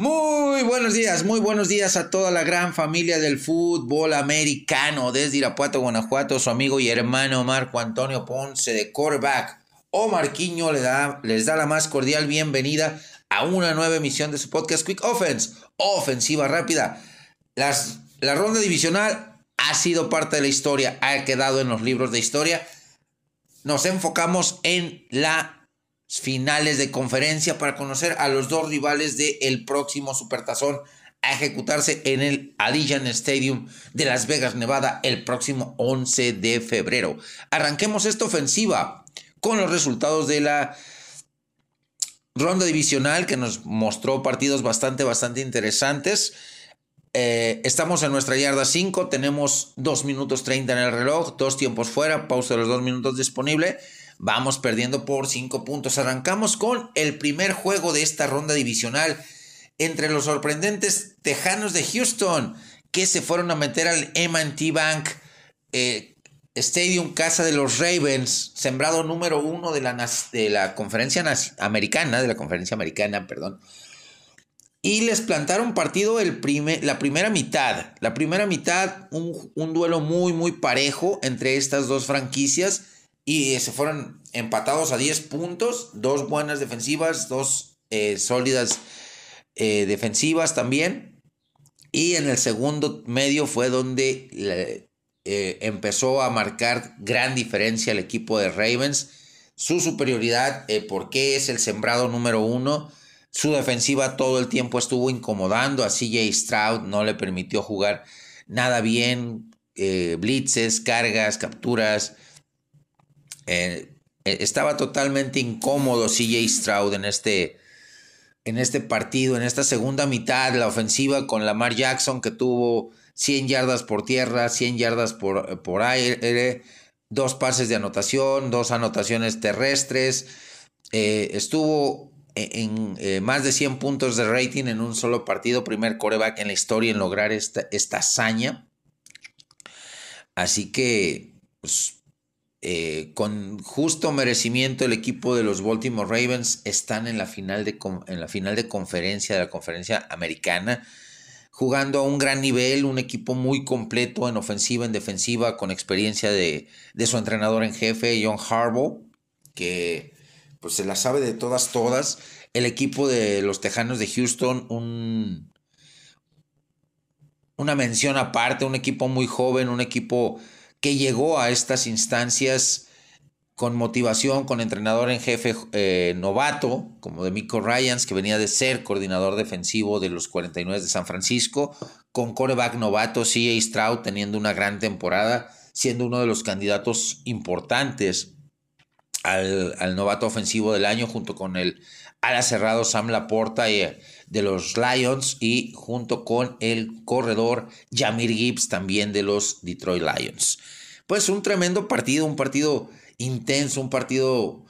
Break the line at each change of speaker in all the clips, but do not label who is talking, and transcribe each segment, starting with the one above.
Muy buenos días a toda la gran familia del fútbol americano. Desde Irapuato, Guanajuato, su amigo y hermano Marco Antonio Ponce de quarterback Omar Quiño les da la más cordial bienvenida a una nueva emisión de su podcast Quick Offense, ofensiva rápida. La ronda divisional ha sido parte de la historia, ha quedado en los libros de historia. Nos enfocamos en las finales de conferencia para conocer a los dos rivales del próximo Supertazón a ejecutarse en el Allegiant Stadium de Las Vegas, Nevada, el próximo 11 de febrero. Arranquemos esta ofensiva con los resultados de la ronda divisional que nos mostró partidos bastante interesantes. Estamos en nuestra yarda 5, tenemos 2 minutos 30 en el reloj, 2 tiempos fuera, pausa de los 2 minutos disponible. Vamos perdiendo por 5 puntos. Arrancamos con el primer juego de esta ronda divisional entre los sorprendentes Tejanos de Houston, que se fueron a meter al M&T Bank Stadium, casa de los Ravens, sembrado número 1 de la conferencia americana, y les plantaron partido la primera mitad. La primera mitad, un duelo muy parejo entre estas dos franquicias. Y se fueron empatados a 10 puntos. Dos buenas defensivas, dos sólidas defensivas también. Y en el segundo medio fue donde empezó a marcar gran diferencia el equipo de Ravens. Su superioridad, porque es el sembrado número 1. Su defensiva todo el tiempo estuvo incomodando a CJ Stroud, no le permitió jugar nada bien, blitzes, cargas, capturas. Estaba totalmente incómodo CJ Stroud en este partido, en esta segunda mitad. La ofensiva con Lamar Jackson, que tuvo 100 yardas por tierra, 100 yardas por aire, 2 pases de anotación, 2 anotaciones terrestres. Estuvo en más de 100 puntos de rating en un solo partido, primer quarterback en la historia en lograr esta hazaña. Así que pues, con justo merecimiento el equipo de los Baltimore Ravens están en la final de conferencia de la conferencia americana, jugando a un gran nivel, un equipo muy completo en ofensiva, en defensiva, con experiencia de su entrenador en jefe, John Harbaugh, que pues se la sabe de todas. El equipo de los Tejanos de Houston, una mención aparte, un equipo muy joven, un equipo que llegó a estas instancias con motivación, con entrenador en jefe novato, como DeMeco Ryans, que venía de ser coordinador defensivo de los 49 de San Francisco, con quarterback novato CJ Stroud teniendo una gran temporada, siendo uno de los candidatos importantes al novato ofensivo del año, junto con el ala cerrado Sam Laporta de los Lions, y junto con el corredor Jahmyr Gibbs también de los Detroit Lions. Pues un tremendo partido, un partido intenso, un partido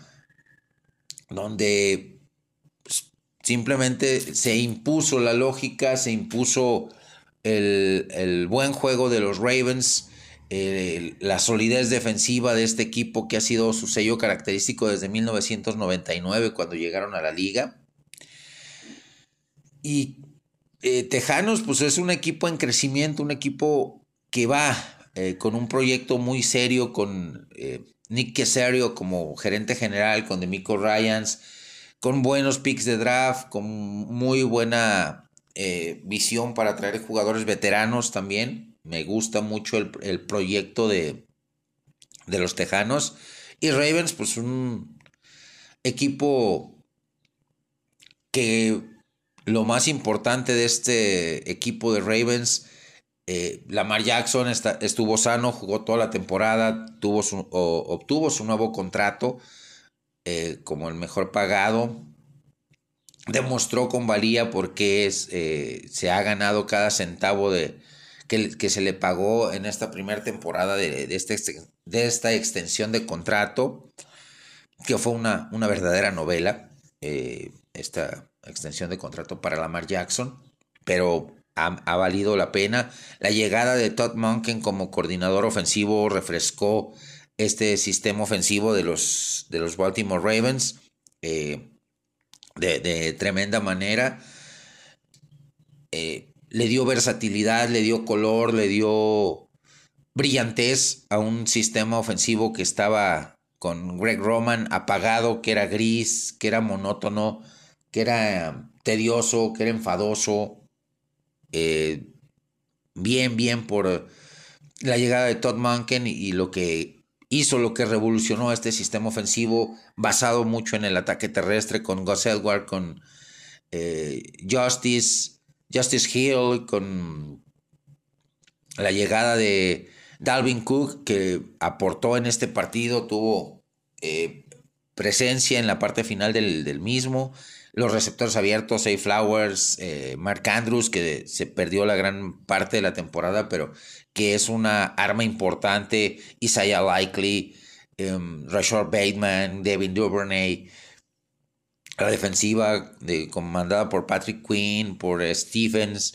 donde pues, simplemente se impuso la lógica, se impuso el buen juego de los Ravens, la solidez defensiva de este equipo que ha sido su sello característico desde 1999 cuando llegaron a la liga. Y Tejanos pues es un equipo en crecimiento, un equipo que va con un proyecto muy serio, con Nick Caserio como gerente general, con DeMeco Ryans, con buenos picks de draft, con muy buena visión para traer jugadores veteranos también. Me gusta mucho el proyecto de los Tejanos. Y Ravens, pues un equipo que lo más importante de este equipo de Ravens, Lamar Jackson estuvo sano, jugó toda la temporada, obtuvo su nuevo contrato como el mejor pagado. Demostró con valía porque se ha ganado cada centavo que se le pagó en esta primera temporada de esta extensión de contrato, que fue una verdadera novela, esta extensión de contrato para Lamar Jackson, pero ha valido la pena. La llegada de Todd Monken como coordinador ofensivo refrescó este sistema ofensivo de los Baltimore Ravens de tremenda manera. le dio versatilidad, le dio color, le dio brillantez a un sistema ofensivo que estaba con Greg Roman apagado, que era gris, que era monótono, que era tedioso, que era enfadoso. Bien por la llegada de Todd Monken y lo que hizo, lo que revolucionó este sistema ofensivo basado mucho en el ataque terrestre con Gus Edwards, con Justice Hill, con la llegada de Dalvin Cook, que aportó en este partido, tuvo presencia en la parte final del mismo. Los receptores abiertos, Zay Flowers, Mark Andrews, que se perdió la gran parte de la temporada, pero que es una arma importante. Isaiah Likely, Rashard Bateman, Devin Duvernay. La defensiva comandada por Patrick Quinn, por Stephens.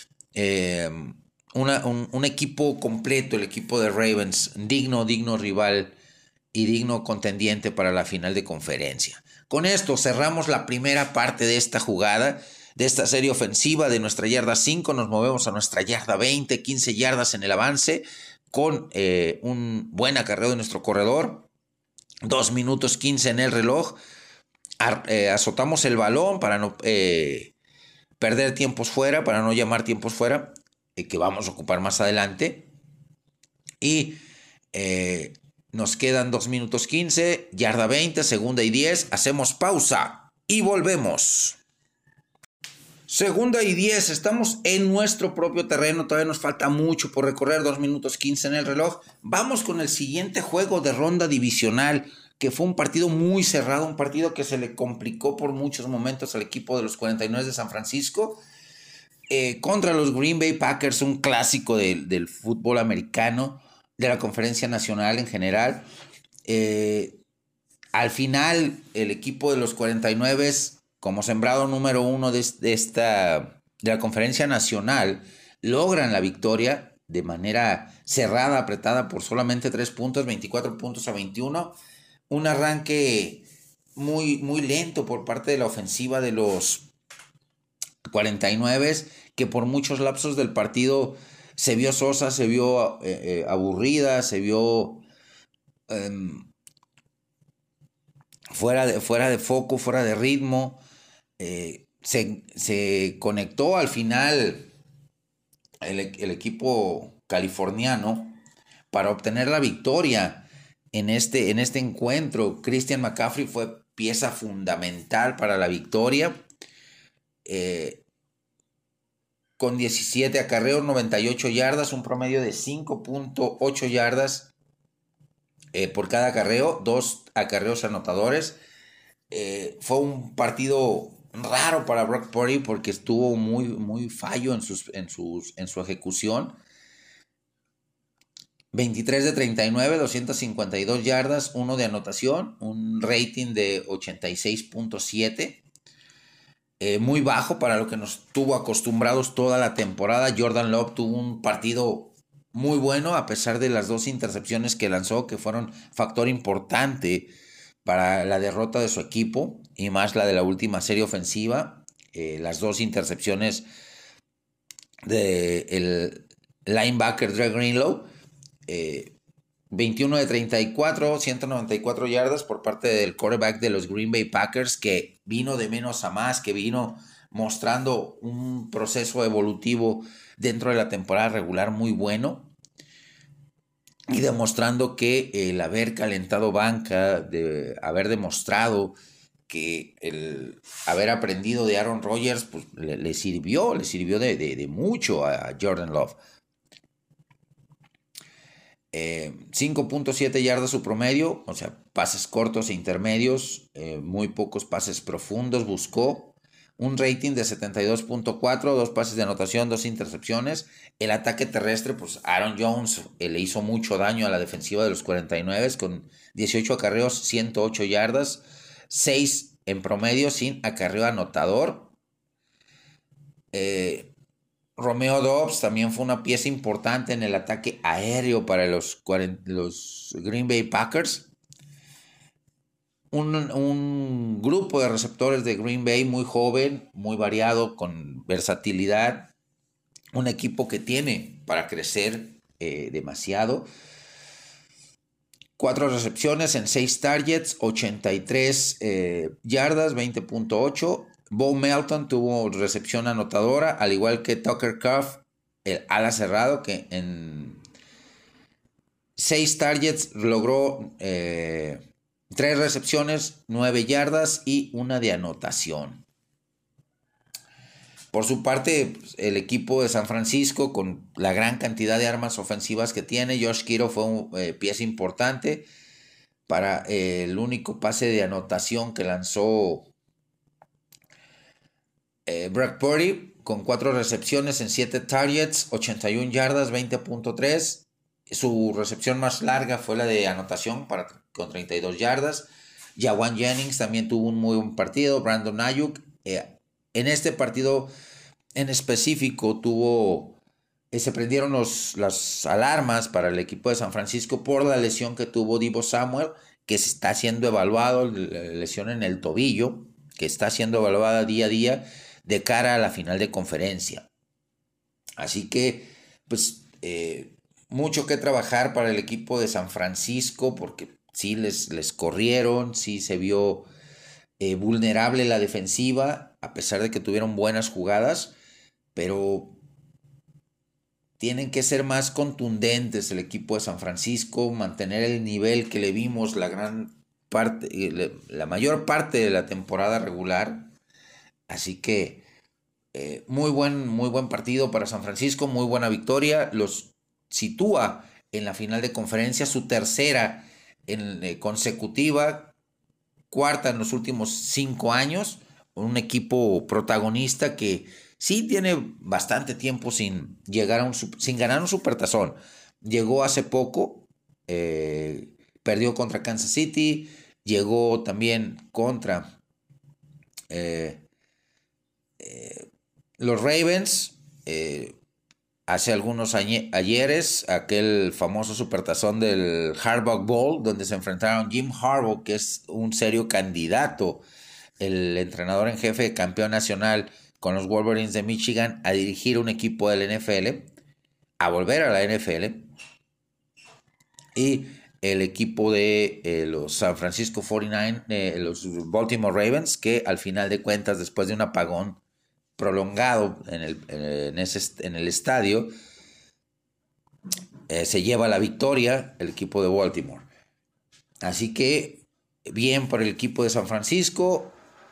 Un equipo completo, el equipo de Ravens, digno rival y digno contendiente para la final de conferencia. Con esto cerramos la primera parte de esta jugada, de esta serie ofensiva de nuestra yarda 5. Nos movemos a nuestra yarda 20, 15 yardas en el avance, con un buen acarreo de nuestro corredor. 2 minutos 15 en el reloj. Azotamos el balón para no perder tiempos fuera, para no llamar tiempos fuera, que vamos a ocupar más adelante. Y nos quedan 2 minutos 15, yarda 20, segunda y 10. Hacemos pausa y volvemos. Segunda y 10, estamos en nuestro propio terreno, todavía nos falta mucho por recorrer, 2 minutos 15 en el reloj. Vamos con el siguiente juego de ronda divisional, que fue un partido muy cerrado, un partido que se le complicó por muchos momentos al equipo de los 49 de San Francisco, contra los Green Bay Packers, un clásico del fútbol americano, de la conferencia nacional en general. Al final, el equipo de los 49, como sembrado número 1 de la conferencia nacional, logran la victoria de manera cerrada, apretada por solamente 3 puntos, 24 puntos a 21. Un arranque muy, muy lento por parte de la ofensiva de los 49, que por muchos lapsos del partido se vio sosa, se vio aburrida, se vio fuera de foco, fuera de ritmo. Se conectó al final el equipo californiano para obtener la victoria en este encuentro. Christian McCaffrey fue pieza fundamental para la victoria. Con 17 acarreos, 98 yardas, un promedio de 5.8 yardas por cada acarreo, 2 acarreos anotadores. Fue un partido raro para Brock Purdy porque estuvo muy, muy fallo en su ejecución. 23 de 39, 252 yardas, 1 de anotación, un rating de 86.7. Muy bajo para lo que nos tuvo acostumbrados toda la temporada. Jordan Love tuvo un partido muy bueno a pesar de las 2 intercepciones que lanzó, que fueron factor importante para la derrota de su equipo, y más la de la última serie ofensiva. Las 2 intercepciones del linebacker Dre Greenlow. 21 de 34, 194 yardas por parte del quarterback de los Green Bay Packers, que vino de menos a más, que vino mostrando un proceso evolutivo dentro de la temporada regular muy bueno, y demostrando que el haber calentado banca, de haber demostrado que el haber aprendido de Aaron Rodgers, pues le sirvió de mucho a Jordan Love. 5.7 yardas su promedio, o sea, pases cortos e intermedios, muy pocos pases profundos buscó. Un rating de 72.4, 2 pases de anotación, 2 intercepciones. El ataque terrestre, pues Aaron Jones le hizo mucho daño a la defensiva de los 49 con 18 acarreos, 108 yardas, 6 en promedio sin acarreo anotador. Romeo Doubs también fue una pieza importante en el ataque aéreo para los Green Bay Packers. un grupo de receptores de Green Bay muy joven, muy variado, con versatilidad. Un equipo que tiene para crecer demasiado. 4 recepciones en 6 targets, 83 yardas, 20.8. Bo Melton tuvo recepción anotadora, al igual que Tucker Kraft, el ala cerrado, que en 6 targets logró 3 recepciones, 9 yardas y una de anotación. Por su parte, el equipo de San Francisco, con la gran cantidad de armas ofensivas que tiene, Josh Kittle fue pieza importante para el único pase de anotación que lanzó Brock Purdy, con 4 recepciones en 7 targets, 81 yardas, 20.3. Su recepción más larga fue la de anotación con 32 yardas. Jawan Jennings también tuvo un muy buen partido. Brandon Ayuk. En este partido en específico se prendieron las alarmas para el equipo de San Francisco por la lesión que tuvo Deebo Samuel, que se está siendo evaluado, la lesión en el tobillo, que está siendo evaluada día a día de cara a la final de conferencia. Así que, pues, mucho que trabajar para el equipo de San Francisco, porque sí les corrieron, sí se vio vulnerable la defensiva, a pesar de que tuvieron buenas jugadas, pero tienen que ser más contundentes el equipo de San Francisco, mantener el nivel que le vimos la mayor parte de la temporada regular. Así que muy buen partido para San Francisco, muy buena victoria. Los sitúa en la final de conferencia, su tercera consecutiva, cuarta en los últimos 5 años. Un equipo protagonista que sí tiene bastante tiempo sin ganar un supertazón. Llegó hace poco, perdió contra Kansas City, llegó también contra los Ravens hace algunos ayeres, aquel famoso supertazón del Harbaugh Bowl, donde se enfrentaron Jim Harbaugh, que es un serio candidato, el entrenador en jefe, campeón nacional con los Wolverines de Michigan, a dirigir un equipo del NFL, a volver a la NFL, y el equipo de los San Francisco 49ers, los Baltimore Ravens, que al final de cuentas, después de un apagón prolongado en el estadio, se lleva la victoria el equipo de Baltimore. Así que bien por el equipo de San Francisco.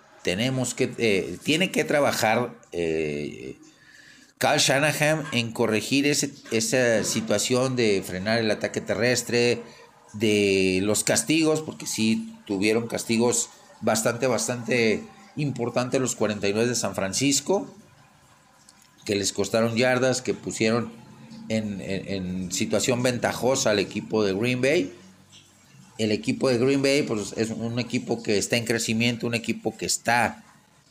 Tiene que trabajar Kyle Shanahan en corregir esa situación de frenar el ataque terrestre, de los castigos, porque sí tuvieron castigos bastante importantes los 49 de San Francisco, que les costaron yardas, que pusieron en situación ventajosa al equipo de Green Bay. El equipo de Green Bay, pues, es un equipo que está en crecimiento, un equipo que está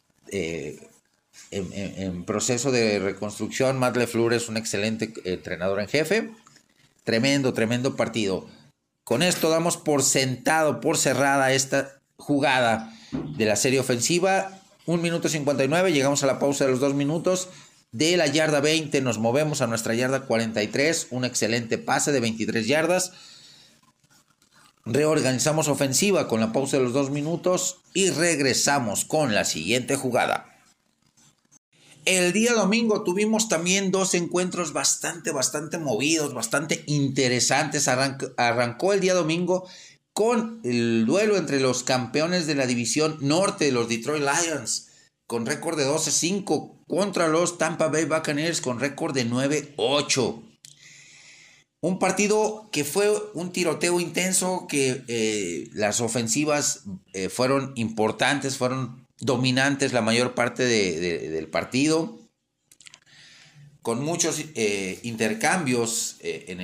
en proceso de reconstrucción. Matt LaFleur es un excelente entrenador en jefe. Tremendo partido. Con esto damos por cerrada esta jugada de la serie ofensiva. 1 minuto 59, llegamos a la pausa de los 2 minutos. De la yarda 20 nos movemos a nuestra yarda 43. Un excelente pase de 23 yardas. Reorganizamos ofensiva con la pausa de los 2 minutos y regresamos con la siguiente jugada. El día domingo tuvimos también 2 encuentros bastante movidos, bastante interesantes. Arrancó el día domingo con el duelo entre los campeones de la división norte, los Detroit Lions, con récord de 12-5, contra los Tampa Bay Buccaneers con récord de 9-8. Un partido que fue un tiroteo intenso, que las ofensivas fueron importantes, fueron dominantes la mayor parte del partido, con muchos intercambios en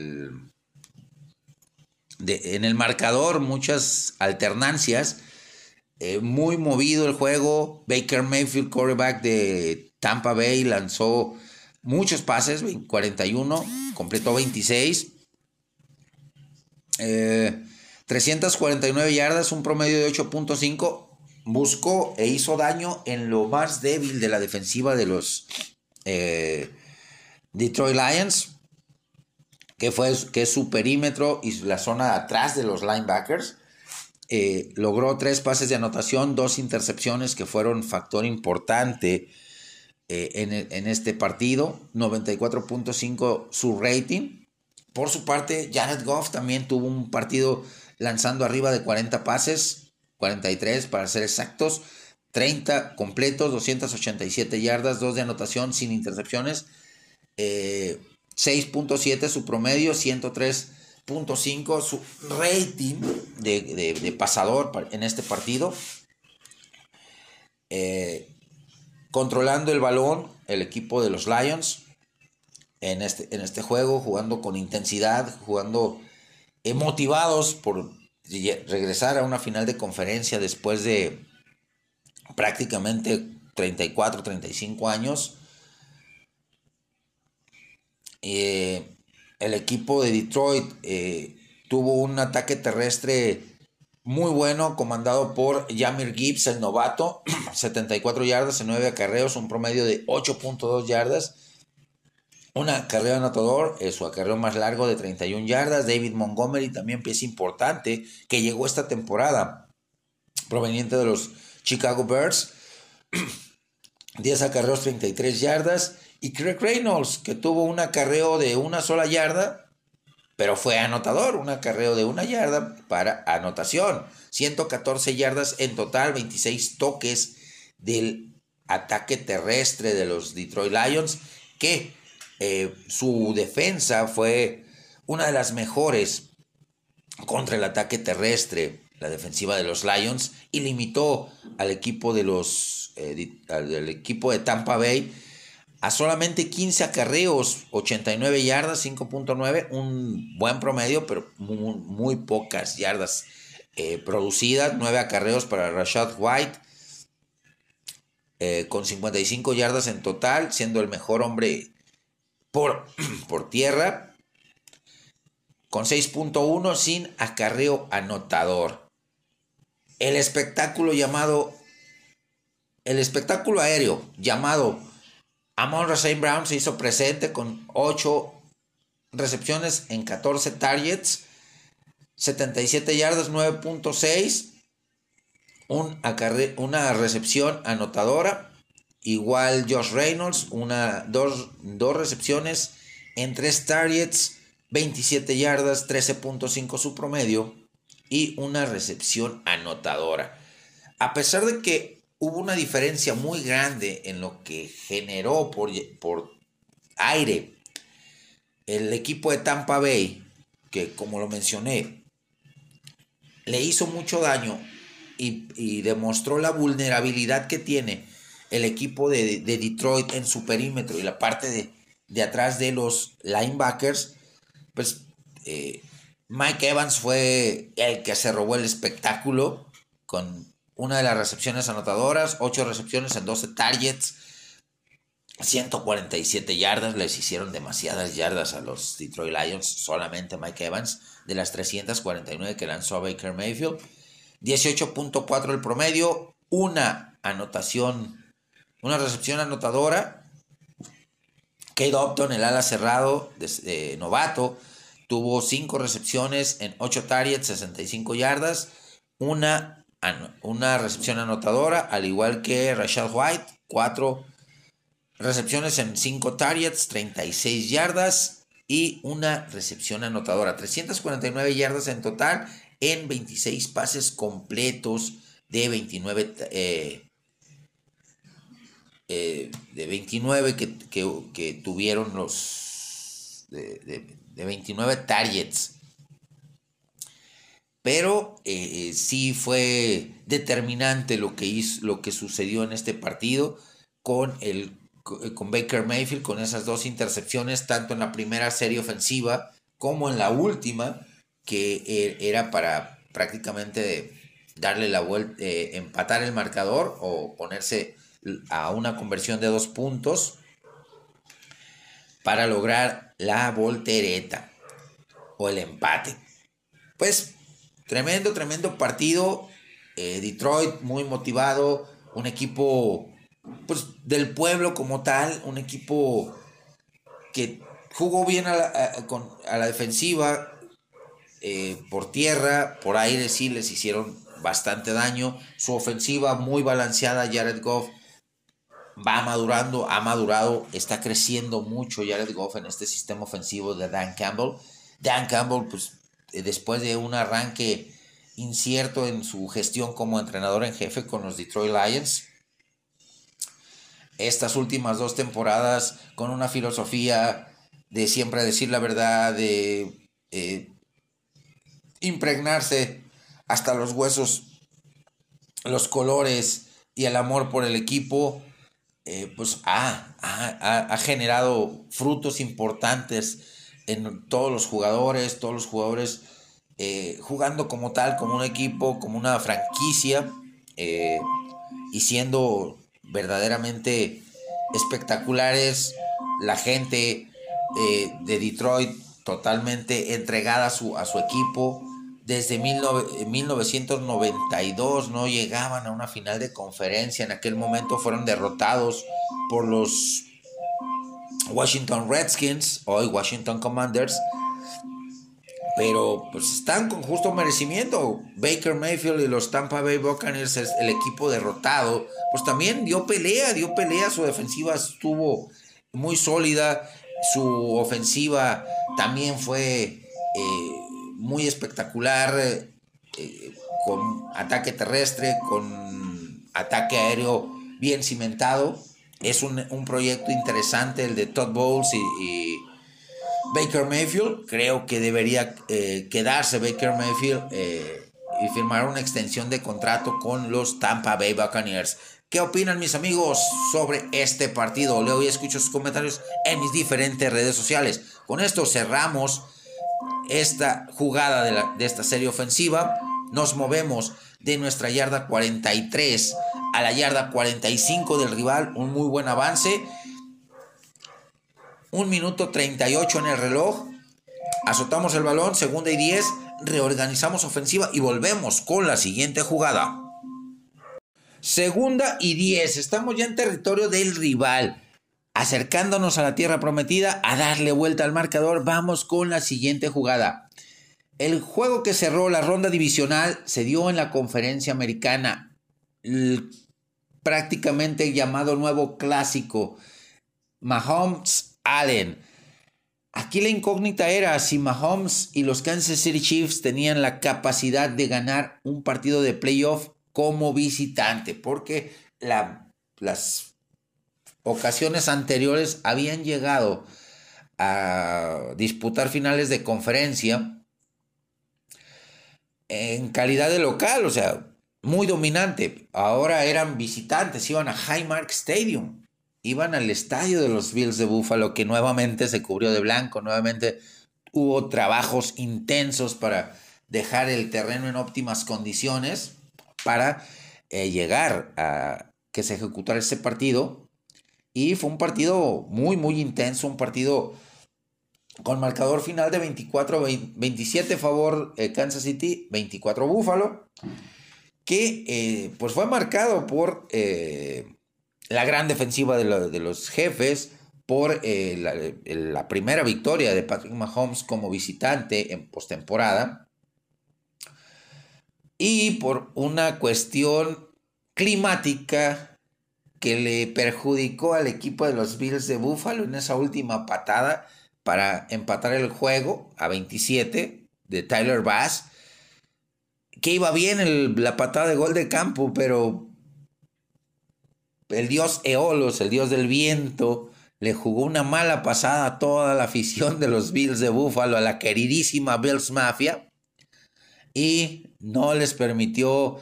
el marcador, muchas alternancias, muy movido el juego. Baker Mayfield, quarterback de Tampa Bay, lanzó muchos pases, 41, completó 26. 349 yardas, un promedio de 8.5. Buscó e hizo daño en lo más débil de la defensiva de los Detroit Lions, que es su perímetro y la zona de atrás de los linebackers. Logró 3 pases de anotación, 2 intercepciones que fueron factor importante en este partido. 94.5 su rating. Por su parte, Jared Goff también tuvo un partido lanzando arriba de 40 pases, 43 para ser exactos, 30 completos, 287 yardas, 2 de anotación sin intercepciones, 6.7 su promedio, 103.5 su rating de pasador en este partido. Controlando el balón, el equipo de los Lions en este juego, jugando con intensidad, jugando motivados por regresar a una final de conferencia después de prácticamente 34, 35 años. El equipo de Detroit tuvo un ataque terrestre muy bueno, comandado por Jahmyr Gibbs, el novato. 74 yardas en 9 acarreos, un promedio de 8.2 yardas. Un acarreo anotador, su acarreo más largo de 31 yardas. David Montgomery, también pieza importante, que llegó esta temporada, proveniente de los Chicago Bears. 10 acarreos, 33 yardas. Y Craig Reynolds, que tuvo un acarreo de una sola yarda, pero fue anotador, un acarreo de 1 yarda para anotación. 114 yardas en total, 26 toques del ataque terrestre de los Detroit Lions, que su defensa fue una de las mejores contra el ataque terrestre, la defensiva de los Lions, y limitó al equipo del equipo de Tampa Bay a solamente 15 acarreos, 89 yardas, 5.9, un buen promedio, pero muy pocas yardas producidas. 9 acarreos para Rachaad White, con 55 yardas en total, siendo el mejor hombre por tierra, con 6.1 sin acarreo anotador. El espectáculo aéreo llamado Amon-Ra St. Brown se hizo presente con 8 recepciones en 14 targets, 77 yardas, 9.6, una recepción anotadora. Igual Josh Reynolds, dos recepciones en 3 targets, 27 yardas, 13.5 su promedio y una recepción anotadora. A pesar de que hubo una diferencia muy grande en lo que generó por aire el equipo de Tampa Bay, que como lo mencioné, le hizo mucho daño y demostró la vulnerabilidad que tiene el equipo de Detroit en su perímetro y la parte de atrás de los linebackers. Pues Mike Evans fue el que se robó el espectáculo con una de las recepciones anotadoras, 8 recepciones en 12 targets, 147 yardas. Les hicieron demasiadas yardas a los Detroit Lions, solamente Mike Evans, de las 349 que lanzó a Baker Mayfield. 18.4 el promedio, una recepción anotadora. Cade Upton, el ala cerrado novato, tuvo 5 recepciones en 8 targets, 65 yardas, una recepción anotadora, al igual que Rachaad White, 4 recepciones en 5 targets, 36 yardas y una recepción anotadora. 349 yardas en total en 26 pases completos de 29 que tuvieron los de 29 targets. Pero sí fue determinante lo que sucedió en este partido con Baker Mayfield, con esas 2 intercepciones, tanto en la primera serie ofensiva como en la última, que era para prácticamente darle la vuelta, empatar el marcador o ponerse a una conversión de 2 puntos para lograr la voltereta o el empate. Pues tremendo partido. Detroit muy motivado, un equipo pues del pueblo como tal, un equipo que jugó bien a la defensiva, por tierra, por aire sí les hicieron bastante daño. Su ofensiva muy balanceada, Jared Goff va madurando, ha madurado, está creciendo mucho Jared Goff en este sistema ofensivo de Dan Campbell. Dan Campbell, pues después de un arranque incierto en su gestión como entrenador en jefe con los Detroit Lions, estas últimas 2 temporadas con una filosofía de siempre decir la verdad, de impregnarse hasta los huesos, los colores y el amor por el equipo, pues ha generado frutos importantes en todos los jugadores jugando como tal, como un equipo, como una franquicia, y siendo verdaderamente espectaculares. La gente de Detroit totalmente entregada a su equipo. Desde 1992 no llegaban a una final de conferencia. En aquel momento fueron derrotados por los Washington Redskins, hoy Washington Commanders, pero pues están con justo merecimiento. Baker Mayfield y los Tampa Bay Buccaneers, es el equipo derrotado, pues también dio pelea, su defensiva estuvo muy sólida, su ofensiva también fue muy espectacular, con ataque terrestre, con ataque aéreo bien cimentado. Es un proyecto interesante el de Todd Bowles y Baker Mayfield. Creo que debería quedarse Baker Mayfield y firmar una extensión de contrato con los Tampa Bay Buccaneers. ¿Qué opinan mis amigos sobre este partido? Leo y escucho sus comentarios en mis diferentes redes sociales. Con esto cerramos esta jugada de esta serie ofensiva. Nos movemos de nuestra yarda 43 a la yarda 45 del rival. Un muy buen avance. 1 minuto 38 en el reloj. Azotamos el balón, 2ª y 10. Reorganizamos ofensiva y volvemos con la siguiente jugada. 2ª y 10. Estamos ya en territorio del rival, acercándonos a la tierra prometida, a darle vuelta al marcador. Vamos con la siguiente jugada. El juego que cerró la ronda divisional se dio en la conferencia americana, prácticamente llamado nuevo clásico Mahomes-Allen. Aquí la incógnita era si Mahomes y los Kansas City Chiefs tenían la capacidad de ganar un partido de playoff como visitante, porque las ocasiones anteriores habían llegado a disputar finales de conferencia en calidad de local, o sea, muy dominante. Ahora eran visitantes, iban a Highmark Stadium, iban al estadio de los Bills de Buffalo, que nuevamente se cubrió de blanco, nuevamente hubo trabajos intensos para dejar el terreno en óptimas condiciones para llegar a que se ejecutara ese partido. Y fue un partido muy, muy intenso, un partido con marcador final de 27 favor Kansas City, 24 Buffalo, que pues fue marcado por la gran defensiva de los jefes, por la primera victoria de Patrick Mahomes como visitante en postemporada, y por una cuestión climática que le perjudicó al equipo de los Bills de Buffalo en esa última patada para empatar el juego a 27 de Tyler Bass, que iba bien la patada de gol de campo, pero el dios Eolos, el dios del viento, le jugó una mala pasada a toda la afición de los Bills de Buffalo, a la queridísima Bills Mafia, y no les permitió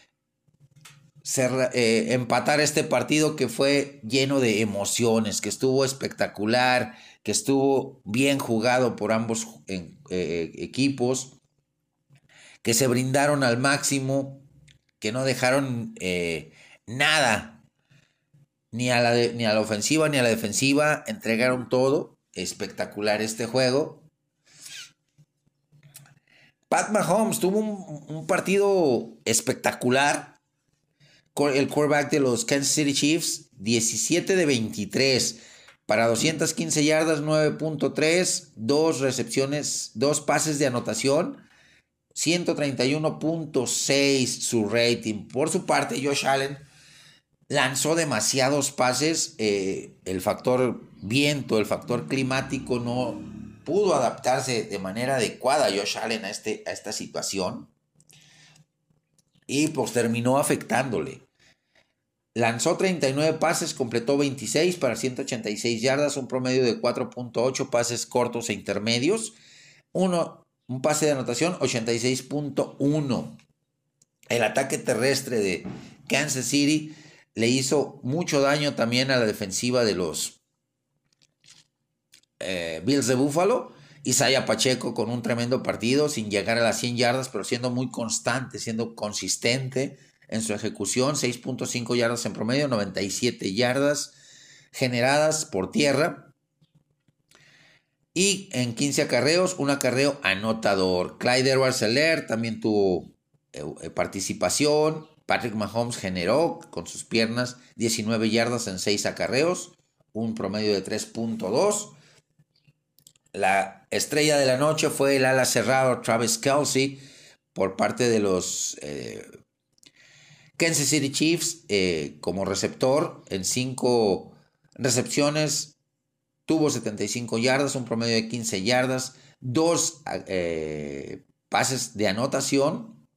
empatar este partido que fue lleno de emociones, que estuvo espectacular, que estuvo bien jugado por ambos equipos, que se brindaron al máximo, que no dejaron nada, ni a la ofensiva ni a la defensiva, entregaron todo. Espectacular este juego. Pat Mahomes tuvo un partido espectacular. El quarterback de los Kansas City Chiefs, 17 de 23 para 215 yardas, 9.3, dos recepciones, dos pases de anotación, 131.6 su rating. Por su parte, Josh Allen lanzó demasiados pases. El factor viento, el factor climático no pudo adaptarse de manera adecuada a Josh Allen a esta situación. Y pues terminó afectándole. Lanzó 39 pases, completó 26 para 186 yardas, un promedio de 4.8 pases cortos e intermedios. Un pase de anotación, 86.1. El ataque terrestre de Kansas City le hizo mucho daño también a la defensiva de los Bills de Buffalo. Isaiah Pacheco con un tremendo partido, sin llegar a las 100 yardas, pero siendo muy constante, siendo consistente en su ejecución. 6.5 yardas en promedio, 97 yardas generadas por tierra. Y en 15 acarreos, un acarreo anotador. Clyde Edwards-Helaire también tuvo participación. Patrick Mahomes generó con sus piernas 19 yardas en 6 acarreos, un promedio de 3.2. La estrella de la noche fue el ala cerrado Travis Kelce por parte de los Kansas City Chiefs como receptor. En 5 recepciones tuvo 75 yardas, un promedio de 15 yardas, 2 pases de anotación,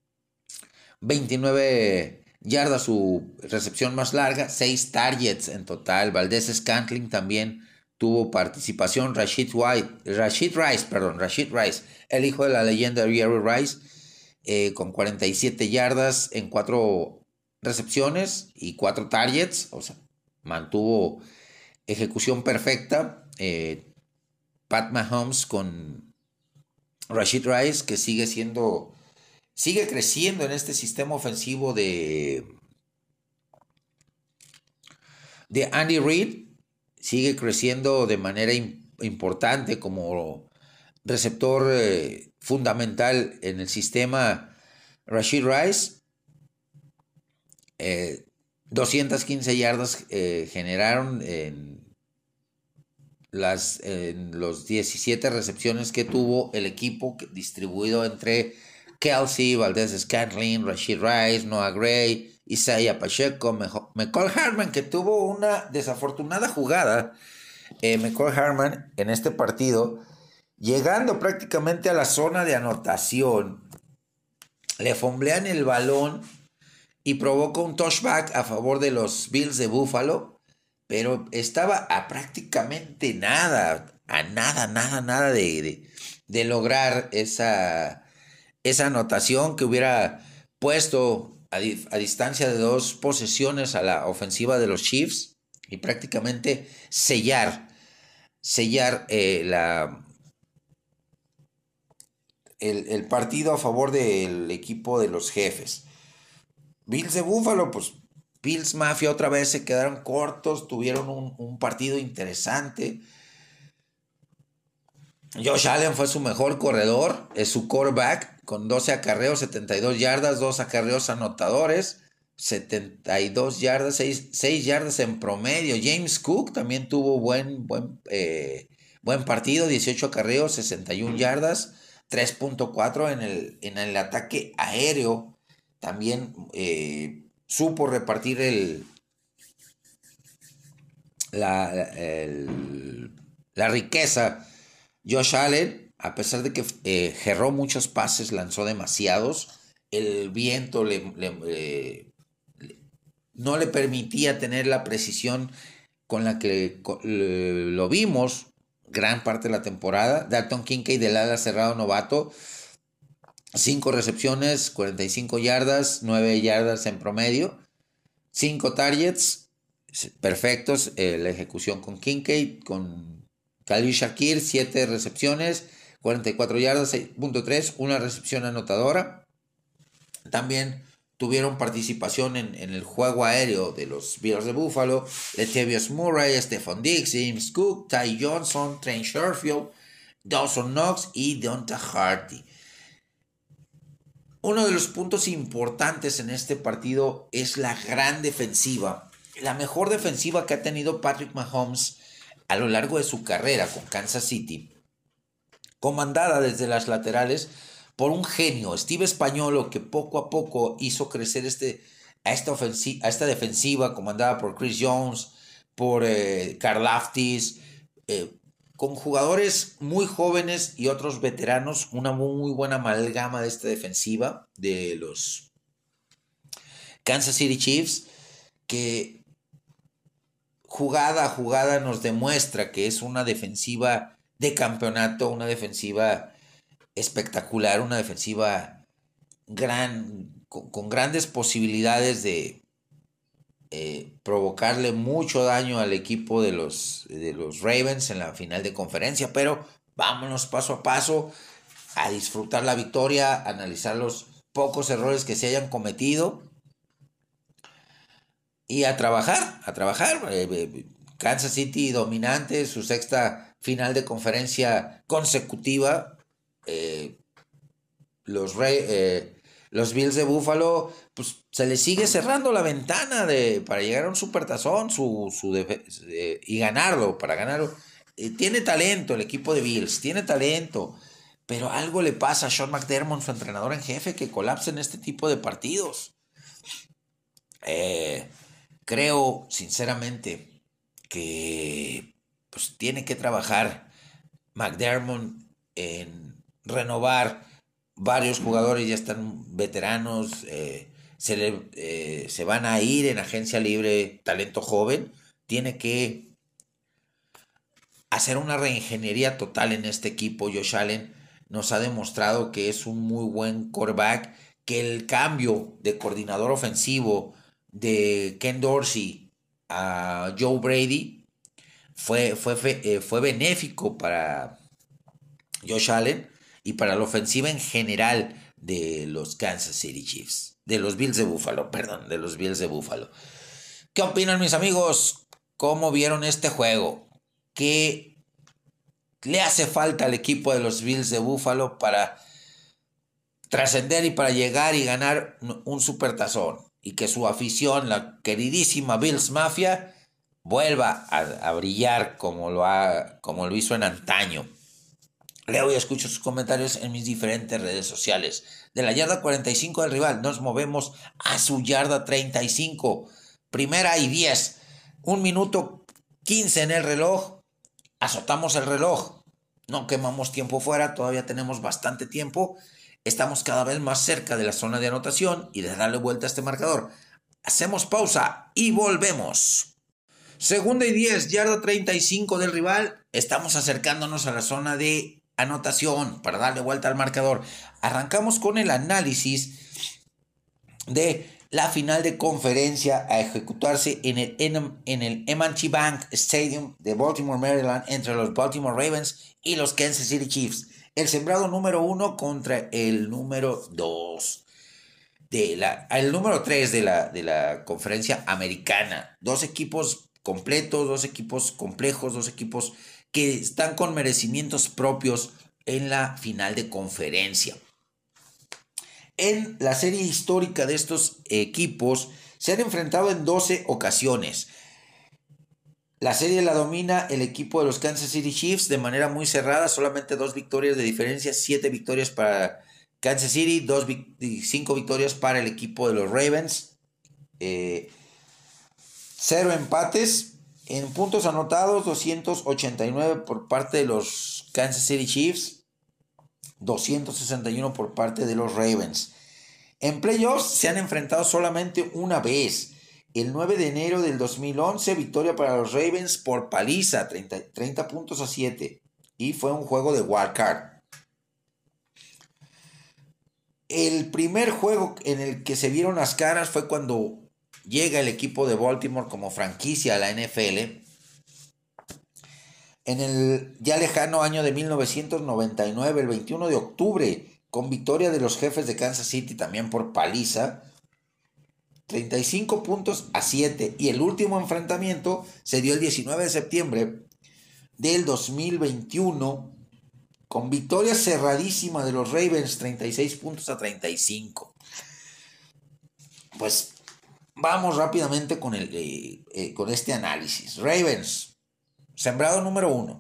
29 yardas su recepción más larga, 6 targets en total. Valdez-Scantling también tuvo participación. Rashid Rice, el hijo de la leyenda Jerry Rice, con 47 yardas en 4 recepciones y 4 targets, o sea, mantuvo ejecución perfecta. Pat Mahomes con Rashid Rice, que sigue creciendo en este sistema ofensivo de Andy Reid. Sigue creciendo de manera importante como receptor fundamental en el sistema. Rashid Rice, 215 yardas generaron en los 17 recepciones que tuvo el equipo, distribuido entre Kelce, Valdez-Scantling, Rashid Rice, Noah Gray, Isaiah Pacheco, Mecole Hardman, que tuvo una desafortunada jugada. Mecole Hardman en este partido, llegando prácticamente a la zona de anotación, le fumblean el balón y provoca un touchback a favor de los Bills de Buffalo, pero estaba a prácticamente nada de lograr esa anotación que hubiera puesto a distancia de 2 posesiones a la ofensiva de los Chiefs y prácticamente sellar el partido a favor del equipo de los Jefes. Bills de Buffalo, pues Bills Mafia otra vez se quedaron cortos, tuvieron un partido interesante. Josh Allen fue su mejor corredor, es su quarterback, con 12 acarreos, 72 yardas, 2 acarreos anotadores, 72 yardas, 6 yardas en promedio. James Cook también tuvo buen partido, 18 acarreos, 61 yardas, 3.4 en el ataque aéreo. También supo repartir la riqueza. Josh Allen, a pesar de que gerró muchos pases, lanzó demasiados. El viento no le permitía tener la precisión con la que lo vimos gran parte de la temporada. Dalton Kincaid, del ala cerrado novato, 5 recepciones, 45 yardas, 9 yardas en promedio, 5 targets perfectos. La ejecución con Kincaid, con Khalil Shakir, 7 recepciones, 44 yardas, 6.3, una recepción anotadora. También tuvieron participación en el juego aéreo de los Bills de Buffalo: Latavius Murray, Stephon Diggs, James Cook, Ty Johnson, Trent Sherfield, Dawson Knox y Deonta Harty. Uno de los puntos importantes en este partido es la gran defensiva. La mejor defensiva que ha tenido Patrick Mahomes a lo largo de su carrera con Kansas City, comandada desde las laterales por un genio, Steve Spagnuolo, que poco a poco hizo crecer a esta defensiva comandada por Chris Jones, por Karlaftis, con jugadores muy jóvenes y otros veteranos, una muy buena amalgama de esta defensiva de los Kansas City Chiefs, que jugada a jugada nos demuestra que es una defensiva de campeonato, una defensiva espectacular, una defensiva con grandes posibilidades de provocarle mucho daño al equipo de los Ravens en la final de conferencia, pero vámonos paso a paso a disfrutar la victoria, a analizar los pocos errores que se hayan cometido y a trabajar. Kansas City dominante, su sexta final de conferencia consecutiva. Los Bills de Buffalo, pues se les sigue cerrando la ventana para llegar a un supertazón y ganarlo, para ganarlo. Tiene talento el equipo de Bills, tiene talento, pero algo le pasa a Sean McDermott, su entrenador en jefe, que colapsa en este tipo de partidos. Creo, sinceramente, que pues tiene que trabajar McDermott en renovar varios jugadores, ya están veteranos, se van a ir en agencia libre, talento joven, tiene que hacer una reingeniería total en este equipo. Josh Allen nos ha demostrado que es un muy buen quarterback, que el cambio de coordinador ofensivo de Ken Dorsey a Joe Brady fue benéfico para Josh Allen y para la ofensiva en general de los Kansas City Chiefs, de los Bills de Buffalo. ¿Qué opinan, mis amigos? ¿Cómo vieron este juego? ¿Qué le hace falta al equipo de los Bills de Buffalo para trascender y para llegar y ganar un supertazón? Y que su afición, la queridísima Bills Mafia, vuelva a brillar como lo hizo en antaño. Leo y escucho sus comentarios en mis diferentes redes sociales. De la yarda 45 del rival, nos movemos a su yarda 35. Primera y 10. 1 minuto 15 en el reloj. Azotamos el reloj. No quemamos tiempo fuera, todavía tenemos bastante tiempo. Estamos cada vez más cerca de la zona de anotación y de darle vuelta a este marcador. Hacemos pausa y volvemos. Segunda y 10, yarda 35 del rival. Estamos acercándonos a la zona de anotación para darle vuelta al marcador. Arrancamos con el análisis de la final de conferencia a ejecutarse en el M&T Bank Stadium de Baltimore, Maryland, entre los Baltimore Ravens y los Kansas City Chiefs. El sembrado número 1 contra el número 2. El número 3 de la conferencia americana. Dos equipos completos, dos equipos complejos, dos equipos que están con merecimientos propios en la final de conferencia. En la serie histórica de estos equipos se han enfrentado en 12 ocasiones. La serie la domina el equipo de los Kansas City Chiefs de manera muy cerrada, solamente 2 victorias de diferencia, 7 victorias para Kansas City, 5 victorias para el equipo de los Ravens, 0 empates. En puntos anotados, 289 por parte de los Kansas City Chiefs, 261 por parte de los Ravens. En playoffs se han enfrentado solamente una vez. El 9 de enero del 2011, victoria para los Ravens por paliza, 30 puntos a 7. Y fue un juego de wild card. El primer juego en el que se vieron las caras fue cuando llega el equipo de Baltimore como franquicia a la NFL en el ya lejano año de 1999, el 21 de octubre, con victoria de los Jefes de Kansas City también por paliza, 35 puntos a 7. Y el último enfrentamiento se dio el 19 de septiembre del 2021 con victoria cerradísima de los Ravens, 36 puntos a 35. Pues vamos rápidamente con este análisis. Ravens, sembrado número 1.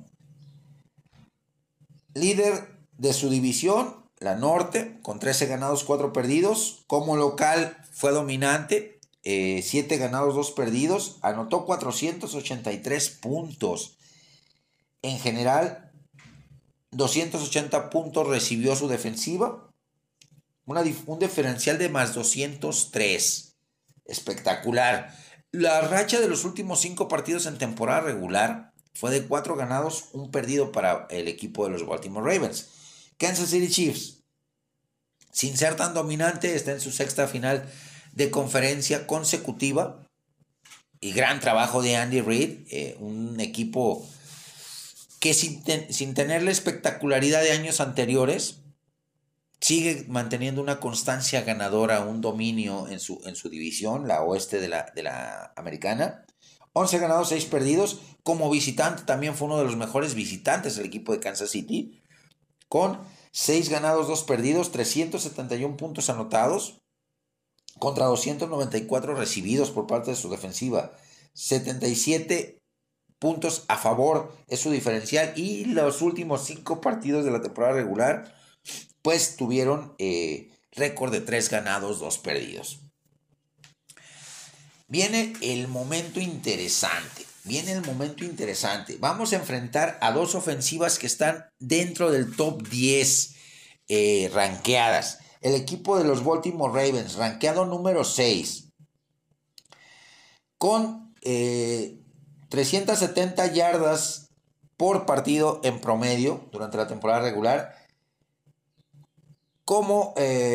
Líder de su división, la norte, con 13 ganados, 4 perdidos. Como local fue dominante, 7 ganados, 2 perdidos. Anotó 483 puntos. En general, 280 puntos recibió su defensiva. Un diferencial de más 203. Espectacular. La racha de los últimos 5 partidos en temporada regular fue de 4 ganados, 1 perdido para el equipo de los Baltimore Ravens. Kansas City Chiefs, sin ser tan dominante, está en su sexta final de conferencia consecutiva. Y gran trabajo de Andy Reid, un equipo que sin tener la espectacularidad de años anteriores, sigue manteniendo una constancia ganadora, un dominio en su división, la oeste de la americana. 11 ganados, 6 perdidos. Como visitante también fue uno de los mejores visitantes del equipo de Kansas City, con 6 ganados, 2 perdidos, 371 puntos anotados contra 294 recibidos por parte de su defensiva. 77 puntos a favor es su diferencial, y los últimos 5 partidos de la temporada regular pues tuvieron récord de 3 ganados, 2 perdidos. Viene el momento interesante. Vamos a enfrentar a 2 ofensivas que están dentro del top 10 ranqueadas. El equipo de los Baltimore Ravens, ranqueado número 6, con 370 yardas por partido en promedio durante la temporada regular. Como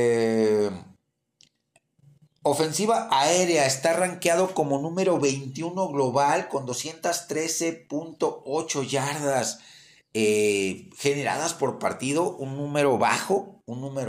ofensiva aérea está rankeado como número 21 global, con 213.8 yardas generadas por partido, un número bajo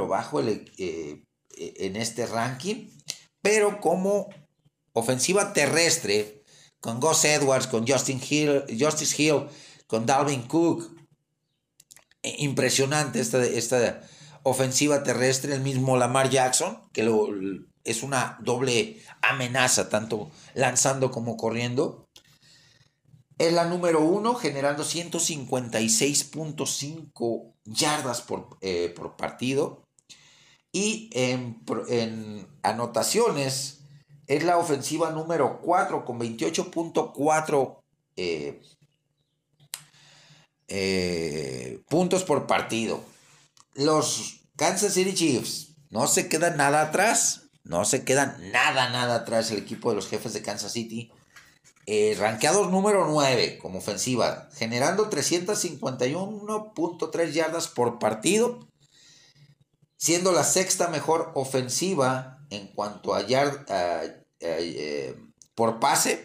en este ranking. Pero como ofensiva terrestre, con Gus Edwards, con Justice Hill, con Dalvin Cook, impresionante esta ofensiva terrestre. El mismo Lamar Jackson, que es una doble amenaza, tanto lanzando como corriendo. Es la número 1, generando 156.5 yardas por partido. Y en anotaciones es la ofensiva número 4, con 28.4 puntos por partido. Los Kansas City Chiefs no se quedan nada atrás. El equipo de los Jefes de Kansas City, rankeados número 9 como ofensiva, generando 351.3 yardas por partido, siendo la sexta mejor ofensiva en cuanto a por pase,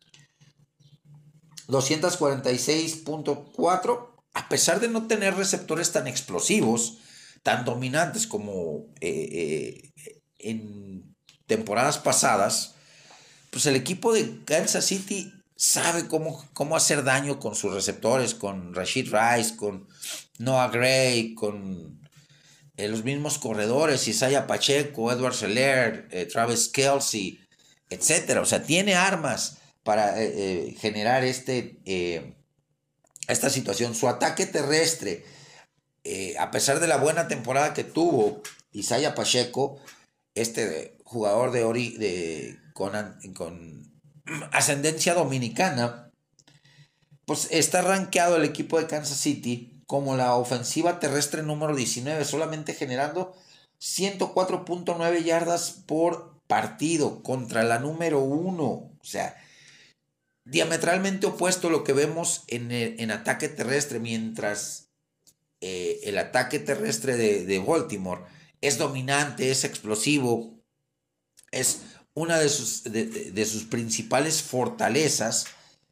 246.4. A pesar de no tener receptores tan explosivos, tan dominantes como en temporadas pasadas, pues el equipo de Kansas City sabe cómo hacer daño con sus receptores, con Rashid Rice, con Noah Gray, con los mismos corredores, Isaiah Pacheco, Edward Seller, Travis Kelce, etc. O sea, tiene armas para generar esta situación. Su ataque terrestre, a pesar de la buena temporada que tuvo Isaiah Pacheco, jugador con ascendencia dominicana, pues está rankeado el equipo de Kansas City como la ofensiva terrestre número 19, solamente generando 104.9 yardas por partido contra la número 1. O sea, diametralmente opuesto a lo que vemos en ataque terrestre, mientras el ataque terrestre de Baltimore es dominante, es explosivo, es una de sus principales fortalezas.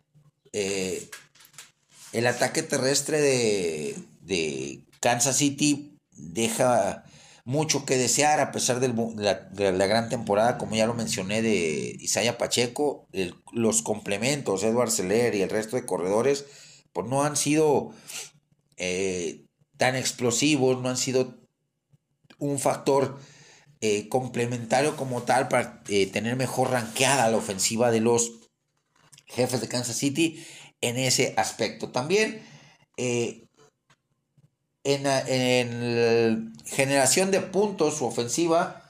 El ataque terrestre de Kansas City deja mucho que desear, a pesar de la gran temporada, como ya lo mencioné, de Isaiah Pacheco. Los complementos, Edward Seller y el resto de corredores, pues no han sido tan explosivos, no han sido un factor complementario como tal para tener mejor rankeada la ofensiva de los Jefes de Kansas City en ese aspecto. También en generación de puntos, su ofensiva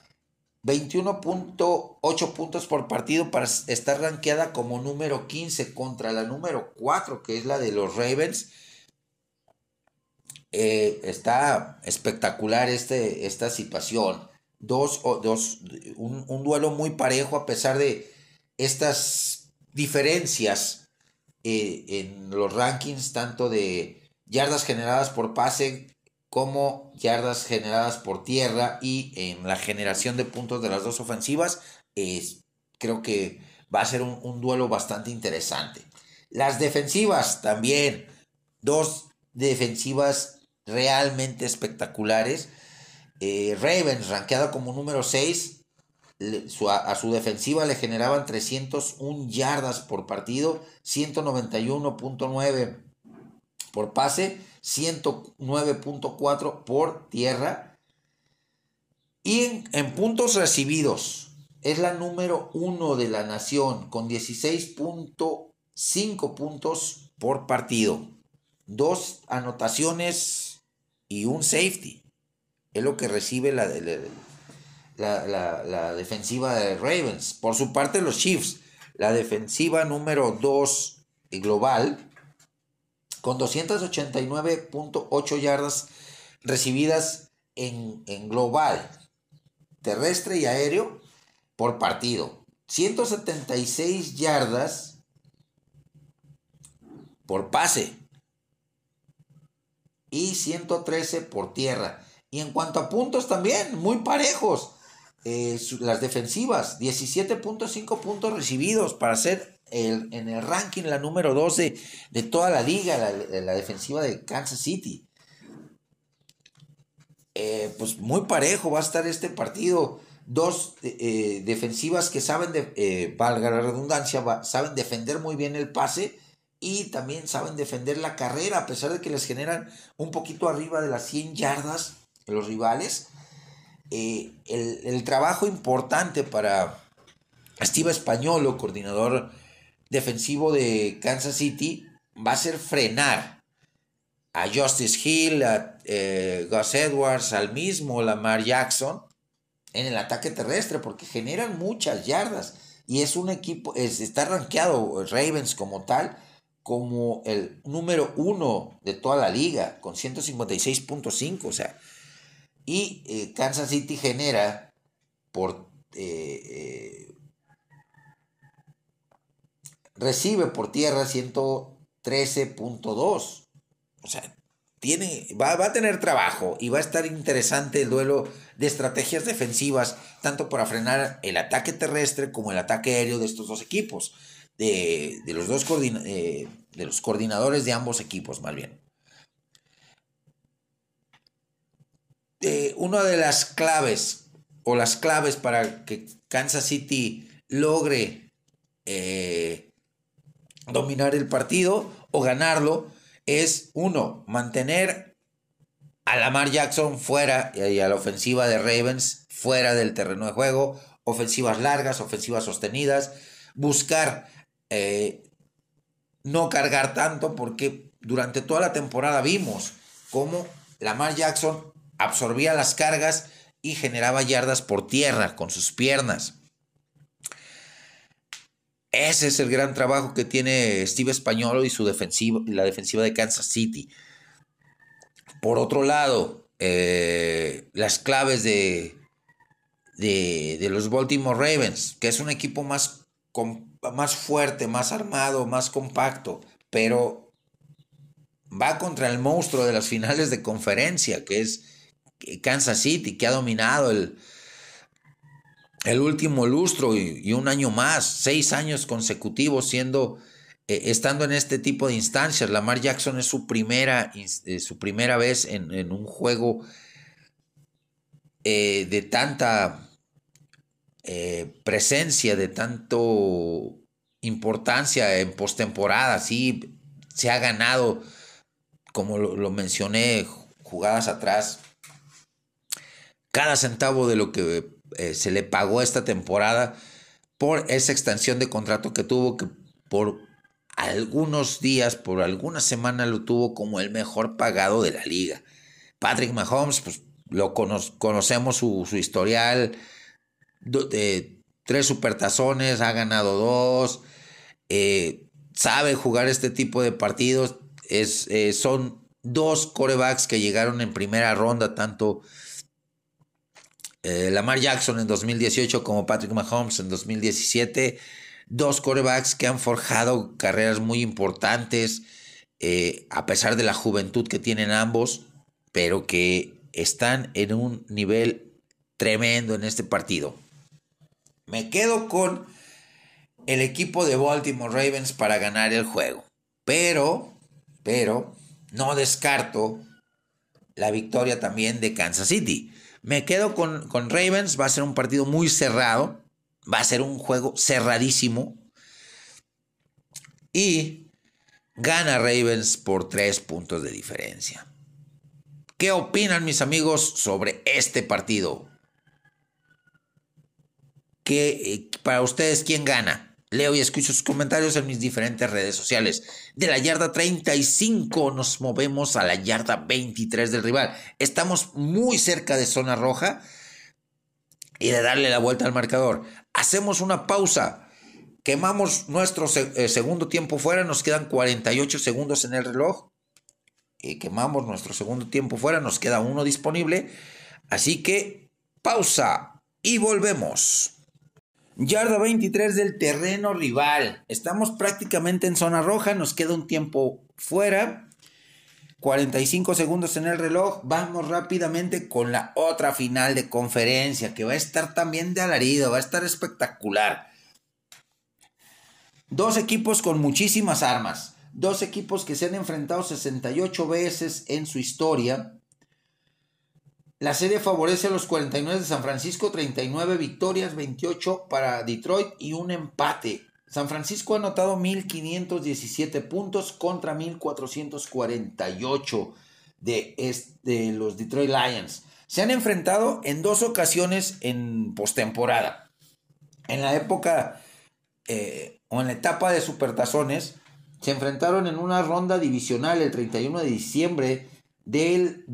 21.8 puntos por partido para estar rankeada como número 15 contra la número 4, que es la de los Ravens. Está espectacular esta situación. Un duelo muy parejo a pesar de estas diferencias en los rankings, tanto de yardas generadas por pase como yardas generadas por tierra, y en la generación de puntos de las dos ofensivas. Creo que va a ser un duelo bastante interesante. Las defensivas también, dos defensivas realmente espectaculares. Ravens, rankeada como número 6, a su defensiva le generaban 301 yardas por partido, 191.9 por pase, 109.4 por tierra. Y en puntos recibidos es la número 1 de la nación, con 16.5 puntos por partido. 2 anotaciones y un safety. Es lo que recibe la defensiva de Ravens. Por su parte, los Chiefs, la defensiva número 2 global, con 289.8 yardas recibidas en global, terrestre y aéreo, por partido. 176 yardas por pase y 113 por tierra. Y en cuanto a puntos también, muy parejos. Las defensivas, 17.5 puntos recibidos para ser en el ranking la número 12 de toda la liga, la defensiva de Kansas City. Pues muy parejo va a estar este partido. Dos defensivas que saben, valga la redundancia, saben defender muy bien el pase y también saben defender la carrera, a pesar de que les generan un poquito arriba de las 100 yardas los rivales. El trabajo importante para Steve Spagnuolo, coordinador defensivo de Kansas City, va a ser frenar a Justice Hill, a Gus Edwards, al mismo Lamar Jackson en el ataque terrestre, porque generan muchas yardas y es un equipo, está rankeado Ravens como tal, como el número 1 de toda la liga, con 156.5, o sea, y Kansas City genera por recibe por tierra 113.2. O sea, va a tener trabajo y va a estar interesante el duelo de estrategias defensivas, tanto para frenar el ataque terrestre como el ataque aéreo de estos dos equipos, de los coordinadores de ambos equipos, más bien. Una de las claves o las claves para que Kansas City logre dominar el partido o ganarlo es, uno, mantener a Lamar Jackson fuera y a la ofensiva de Ravens fuera del terreno de juego, ofensivas largas, ofensivas sostenidas, buscar no cargar tanto, porque durante toda la temporada vimos cómo Lamar Jackson absorbía las cargas y generaba yardas por tierra con sus piernas. Ese es el gran trabajo que tiene Steve Spagnuolo y su defensiva, la defensiva de Kansas City. Por otro lado, las claves de los Baltimore Ravens, que es un equipo más fuerte, más armado, más compacto, pero va contra el monstruo de las finales de conferencia, que es Kansas City, que ha dominado el último lustro y un año más, 6 años consecutivos estando en este tipo de instancias. Lamar Jackson es su primera vez en un juego de tanta presencia, de tanto importancia en postemporada. Sí, se ha ganado, como lo mencioné, jugadas atrás. Cada centavo de lo que se le pagó esta temporada por esa extensión de contrato que tuvo, que por algunos días, por algunas semanas lo tuvo como el mejor pagado de la liga. Patrick Mahomes, pues conocemos su historial, 3 supertazones, ha ganado 2, sabe jugar este tipo de partidos. Son 2 quarterbacks que llegaron en primera ronda, tanto Lamar Jackson en 2018 como Patrick Mahomes en 2017. 2 quarterbacks que han forjado carreras muy importantes, a pesar de la juventud que tienen ambos, pero que están en un nivel tremendo en este partido. Me quedo con el equipo de Baltimore Ravens para ganar el juego, pero no descarto la victoria también de Kansas City. Me quedo con Ravens. Va a ser un partido muy cerrado, va a ser un juego cerradísimo y gana Ravens por 3 puntos de diferencia. ¿Qué opinan mis amigos sobre este partido? Para ustedes, ¿quién gana? Leo y escucho sus comentarios en mis diferentes redes sociales. De la yarda 35 nos movemos a la yarda 23 del rival. Estamos muy cerca de zona roja y de darle la vuelta al marcador. Hacemos una pausa. Quemamos nuestro segundo tiempo fuera. Nos quedan 48 segundos en el reloj. Quemamos nuestro segundo tiempo fuera. Nos queda 1 disponible. Así que pausa y volvemos. Yarda 23 del terreno rival. Estamos prácticamente en zona roja. Nos queda un tiempo fuera. 45 segundos en el reloj. Vamos rápidamente con la otra final de conferencia, que va a estar también de alarido. Va a estar espectacular. 2 equipos con muchísimas armas. 2 equipos que se han enfrentado 68 veces en su historia. La serie favorece a los 49 de San Francisco, 39 victorias, 28 para Detroit y un empate. San Francisco ha anotado 1,517 puntos contra 1,448 de los Detroit Lions. Se han enfrentado en 2 ocasiones en postemporada. En la época o en la etapa de supertazones, se enfrentaron en una ronda divisional el 31 de diciembre del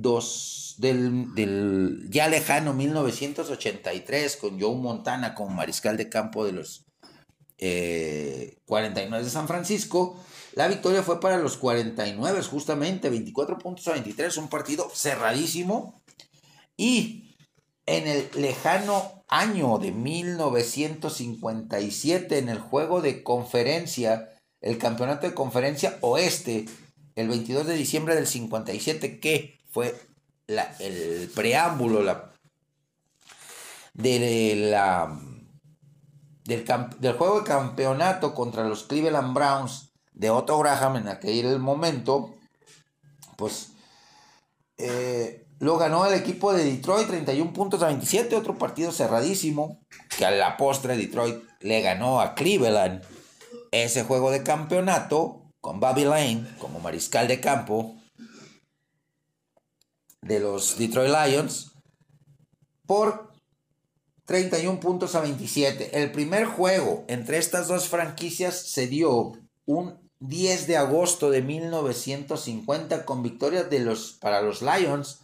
ya lejano 1983, con Joe Montana como mariscal de campo de los 49 de San Francisco. La victoria fue para los 49, justamente 24 puntos a 23, un partido cerradísimo. Y en el lejano año de 1957, en el juego de conferencia, el campeonato de conferencia oeste, el 22 de diciembre del 57, que fue el preámbulo del juego de campeonato contra los Cleveland Browns de Otto Graham en aquel momento, pues lo ganó el equipo de Detroit 31 puntos a 27, otro partido cerradísimo, que a la postre Detroit le ganó a Cleveland ese juego de campeonato con Bobby Lane como mariscal de campo de los Detroit Lions por 31 puntos a 27. El primer juego entre estas 2 franquicias se dio un 10 de agosto de 1950 con victoria para los Lions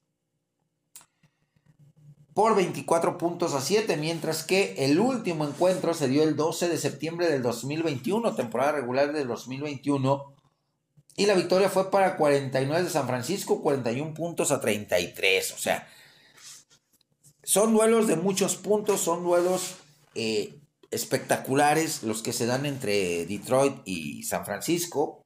por 24 puntos a 7, mientras que el último encuentro se dio el 12 de septiembre del 2021, temporada regular del 2021, y la victoria fue para 49 de San Francisco, 41 puntos a 33. O sea, son duelos de muchos puntos, son duelos espectaculares los que se dan entre Detroit y San Francisco.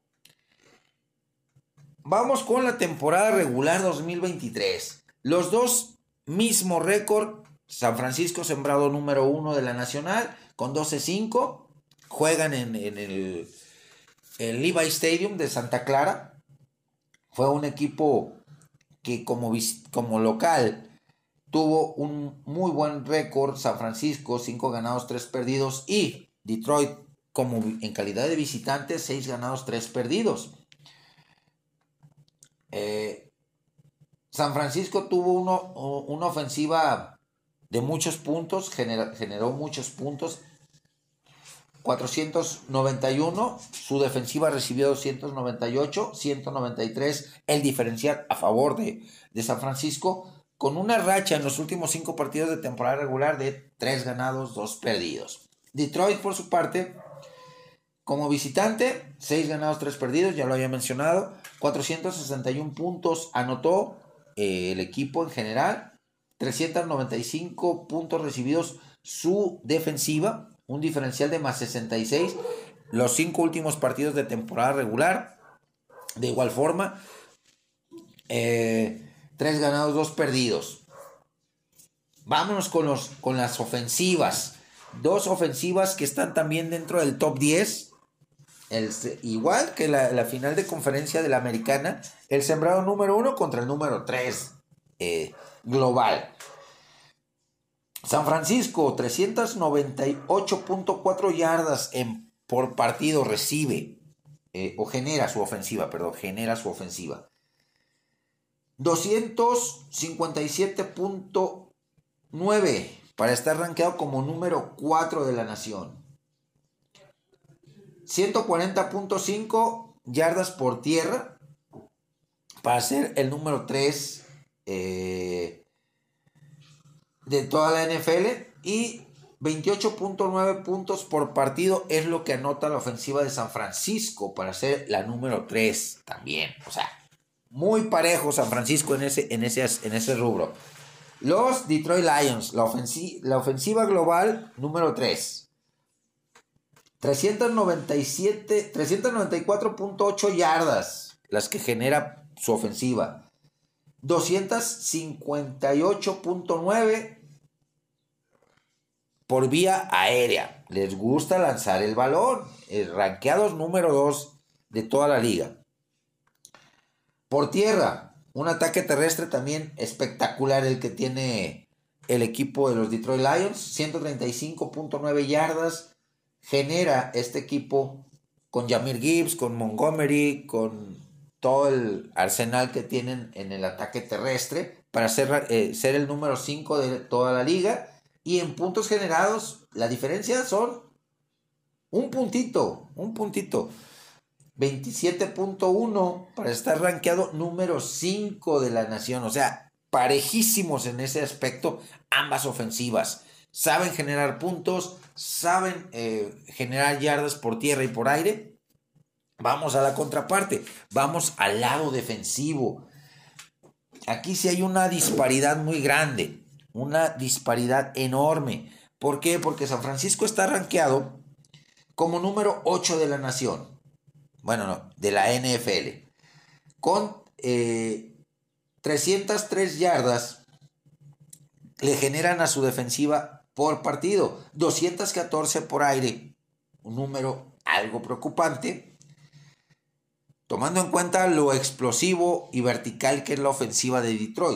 Vamos con la temporada regular 2023. Los dos mismo récord. San Francisco sembrado número 1 de la nacional con 12-5. Juegan en el Levi Stadium de Santa Clara. Fue un equipo que como local tuvo un muy buen récord. San Francisco 5 ganados 3 perdidos y Detroit como en calidad de visitante 6 ganados 3 perdidos. San Francisco tuvo una ofensiva de muchos puntos, generó muchos puntos, 491, su defensiva recibió 298, 193, el diferencial a favor de San Francisco, con una racha en los últimos 5 partidos de temporada regular de 3 ganados, 2 perdidos. Detroit, por su parte, como visitante, 6 ganados, 3 perdidos, ya lo había mencionado, 461 puntos anotó el equipo en general, 395 puntos recibidos su defensiva, un diferencial de más 66 los 5 últimos partidos de temporada regular. De igual forma, 3 ganados, 2 perdidos. Vámonos con las ofensivas. 2 ofensivas que están también dentro del top 10. Igual que la final de conferencia de la Americana, el sembrado número 1 contra el número 3 global. San Francisco, 398.4 yardas por partido recibe, genera su ofensiva. 257.9 para estar rankeado como número 4 de la nación. 140.5 yardas por tierra para ser el número 3 de toda la NFL, y 28.9 puntos por partido es lo que anota la ofensiva de San Francisco para ser la número 3 también. O sea, muy parejo San Francisco en ese rubro. Los Detroit Lions, la ofensiva global número 3. 394.8 yardas las que genera su ofensiva. 258.9 por vía aérea. Les gusta lanzar el balón. Rankeados número 2 de toda la liga. Por tierra, un ataque terrestre también espectacular el que tiene el equipo de los Detroit Lions. 135.9 yardas genera este equipo con Jahmyr Gibbs, con Montgomery, con todo el arsenal que tienen en el ataque terrestre para ser el número 5 de toda la liga. Y en puntos generados, la diferencia son un puntito. 27.1 para estar rankeado número 5 de la nación. O sea, parejísimos en ese aspecto ambas ofensivas. Saben generar puntos, saben generar yardas por tierra y por aire. Vamos a la contraparte, vamos al lado defensivo. Aquí sí hay una disparidad muy grande, una disparidad enorme. ¿Por qué? Porque San Francisco está rankeado como número 8 de la nación. Bueno, no, de la NFL. Con 303 yardas le generan a su defensiva por partido. 214 por aire, un número algo preocupante, tomando en cuenta lo explosivo y vertical que es la ofensiva de Detroit.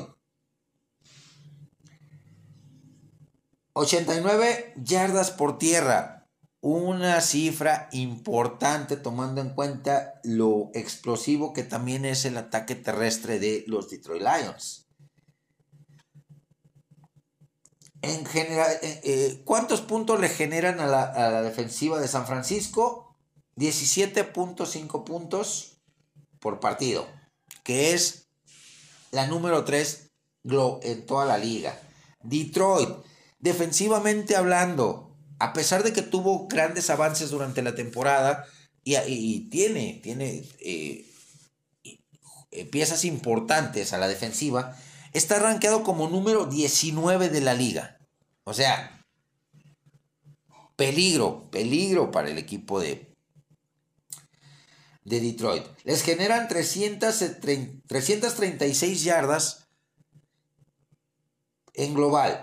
89 yardas por tierra, una cifra importante tomando en cuenta lo explosivo que también es el ataque terrestre de los Detroit Lions. En general, ¿cuántos puntos le generan a la defensiva de San Francisco? 17.5 puntos por partido, que es la número 3 en toda la liga. Detroit, defensivamente hablando, a pesar de que tuvo grandes avances durante la temporada y tiene piezas importantes a la defensiva, está rankeado como número 19 de la liga. O sea, peligro para el equipo de Detroit. Les generan 336 yardas en global,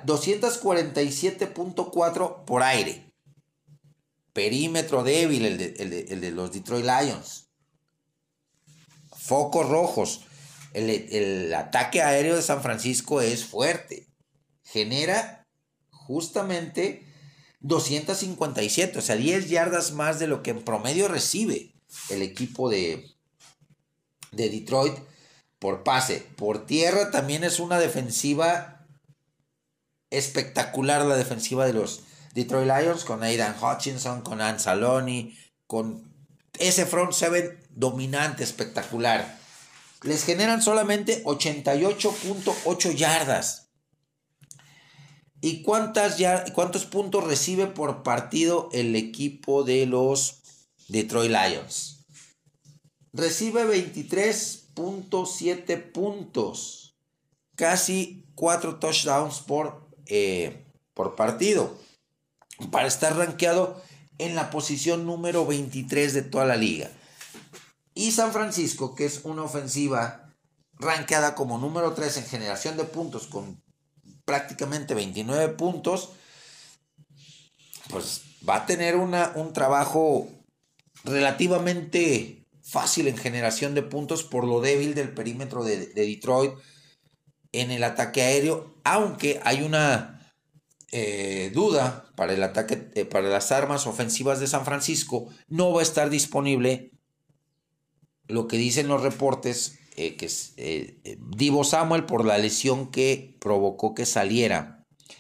247.4 por aire. Perímetro débil el de los Detroit Lions. Focos rojos. El ataque aéreo de San Francisco es fuerte. Genera justamente 257, o sea, 10 yardas más de lo que en promedio recibe el equipo de Detroit por pase. Por tierra también es una defensiva espectacular, la defensiva de los Detroit Lions, con Aidan Hutchinson, con Anzalone, con ese front seven dominante, espectacular. Les generan solamente 88.8 yardas. ¿Y cuántos puntos recibe por partido el equipo de los Detroit Lions? Recibe 23.7 puntos. Casi 4 touchdowns por partido. Para estar rankeado en la posición número 23 de toda la liga. Y San Francisco, que es una ofensiva rankeada como número 3 en generación de puntos con prácticamente 29 puntos, pues va a tener un trabajo relativamente fácil en generación de puntos por lo débil del perímetro de Detroit en el ataque aéreo, aunque hay una duda para el ataque, para las armas ofensivas de San Francisco. No va a estar disponible lo que dicen los reportes, que es Deebo Samuel, por la lesión que provocó que saliera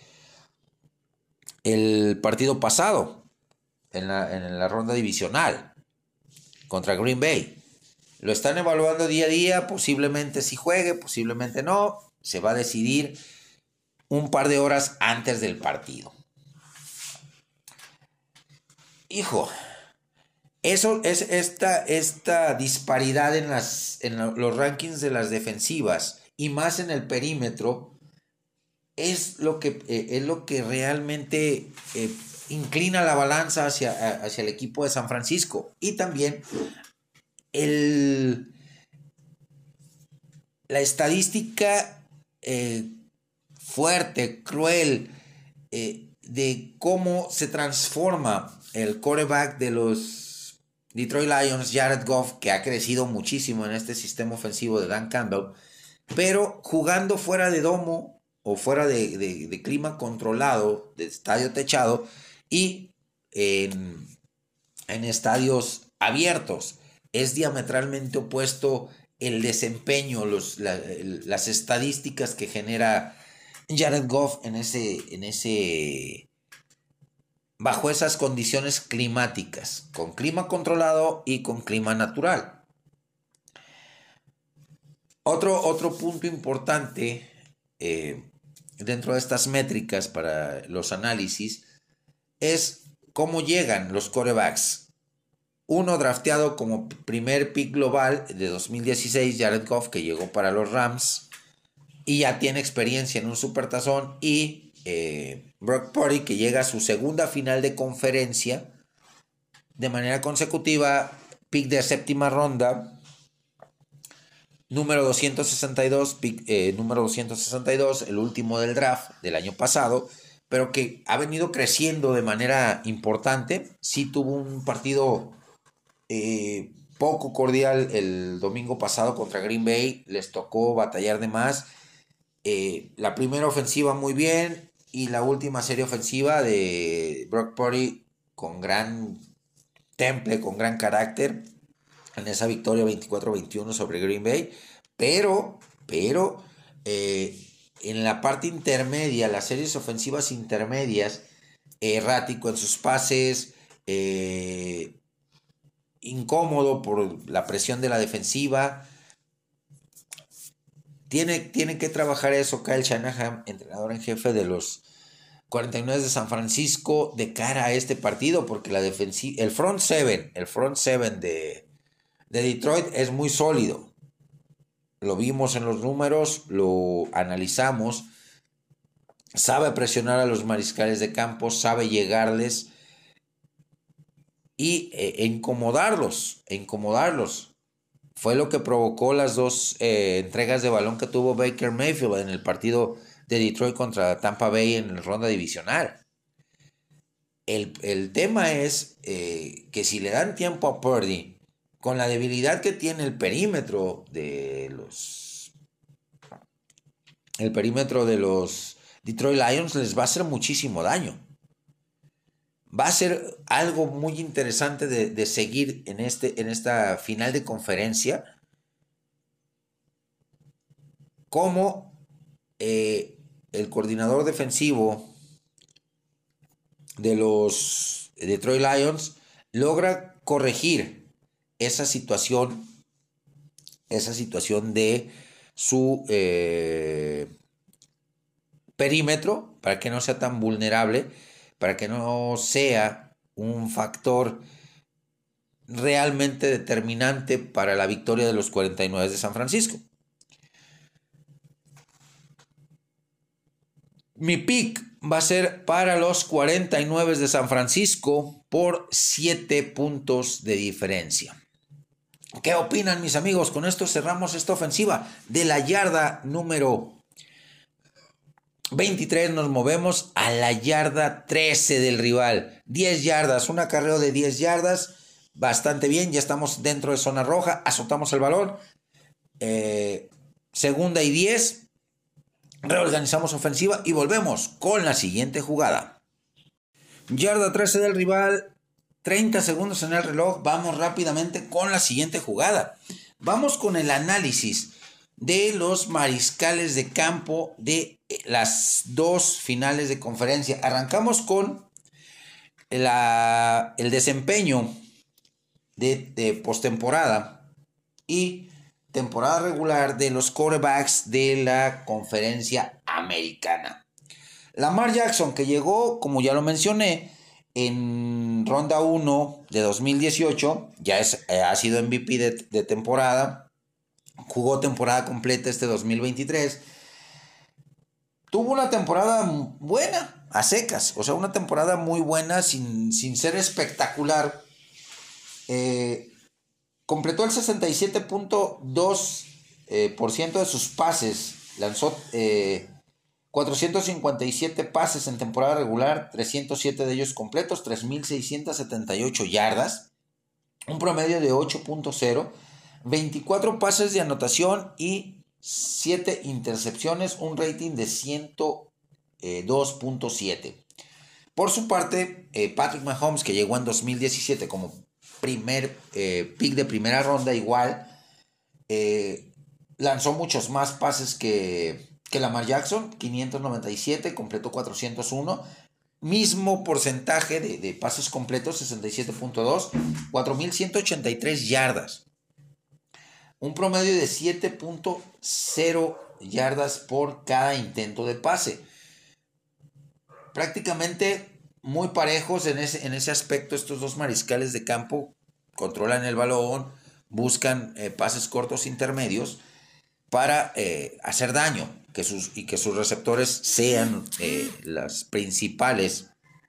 el partido pasado en la ronda divisional contra Green Bay. Lo están evaluando día a día, posiblemente sí juegue, posiblemente no. Se va a decidir un par de horas antes del partido. Hijo, eso es esta disparidad en los rankings de las defensivas y más en el perímetro es lo que realmente inclina la balanza hacia el equipo de San Francisco. Y también la estadística fuerte, cruel, de cómo se transforma el quarterback de los Detroit Lions, Jared Goff, que ha crecido muchísimo en este sistema ofensivo de Dan Campbell, pero jugando fuera de domo o fuera de clima controlado, de estadio techado, y en estadios abiertos. Es diametralmente opuesto el desempeño, las estadísticas que genera Jared Goff bajo esas condiciones climáticas, con clima controlado y con clima natural. Otro punto importante dentro de estas métricas para los análisis es cómo llegan los quarterbacks. Uno drafteado como primer pick global de 2016, Jared Goff, que llegó para los Rams y ya tiene experiencia en un supertazón, y Brock Purdy, que llega a su segunda final de conferencia de manera consecutiva, pick de séptima ronda, número 262, número 262, el último del draft del año pasado, pero que ha venido creciendo de manera importante. Sí tuvo un partido poco cordial el domingo pasado contra Green Bay, les tocó batallar de más. La primera ofensiva muy bien, y la última serie ofensiva de Brock Purdy con gran temple, con gran carácter, en esa victoria 24-21 sobre Green Bay. Pero en la parte intermedia, las series ofensivas intermedias, errático en sus pases, incómodo por la presión de la defensiva. Tiene que trabajar eso Kyle Shanahan, entrenador en jefe de los 49 de San Francisco, de cara a este partido, porque el front seven de Detroit es muy sólido. Lo vimos en los números, lo analizamos. Sabe presionar a los mariscales de campo, sabe llegarles y incomodarlos. Fue lo que provocó las dos entregas de balón que tuvo Baker Mayfield en el partido de Detroit contra Tampa Bay en la ronda divisional. El tema es que si le dan tiempo a Purdy, con la debilidad que tiene el perímetro de los Detroit Lions, les va a hacer muchísimo daño. Va a ser algo muy interesante de seguir en esta final de conferencia, cómo el coordinador defensivo de los Detroit Lions logra corregir esa situación de su perímetro para que no sea tan vulnerable, para que no sea un factor realmente determinante para la victoria de los 49 de San Francisco. Mi pick va a ser para los 49 de San Francisco por 7 puntos de diferencia. ¿Qué opinan, mis amigos? Con esto cerramos esta ofensiva. De la yarda número 23 nos movemos a la yarda 13 del rival. 10 yardas, un acarreo de 10 yardas. Bastante bien, ya estamos dentro de zona roja. Azotamos el balón. Segunda y 10. Reorganizamos ofensiva y volvemos con la siguiente jugada. Yarda 13 del rival. 30 segundos en el reloj. Vamos rápidamente con la siguiente jugada. Vamos con el análisis de los mariscales de campo de las dos finales de conferencia. Arrancamos con el desempeño de postemporada y temporada regular de los quarterbacks de la conferencia americana. Lamar Jackson, que llegó, como ya lo mencioné, en ronda 1 de 2018, ya ha sido MVP de temporada, jugó temporada completa este 2023, tuvo una temporada buena, a secas, o sea, una temporada muy buena sin ser espectacular. Completó el 67.2% de sus pases, lanzó 457 pases en temporada regular, 307 de ellos completos, 3.678 yardas, un promedio de 8.0, 24 pases de anotación y 7 intercepciones, un rating de 102.7. Por su parte, Patrick Mahomes, que llegó en 2017 como primer pick de primera ronda, igual lanzó muchos más pases que Lamar Jackson, 597, completó 401, mismo porcentaje de pases completos, 67.2, 4.183 yardas, un promedio de 7.0 yardas por cada intento de pase. Prácticamente muy parejos en ese aspecto estos dos mariscales de campo. Controlan el balón, buscan pases cortos intermedios para hacer daño que sus receptores sean las principales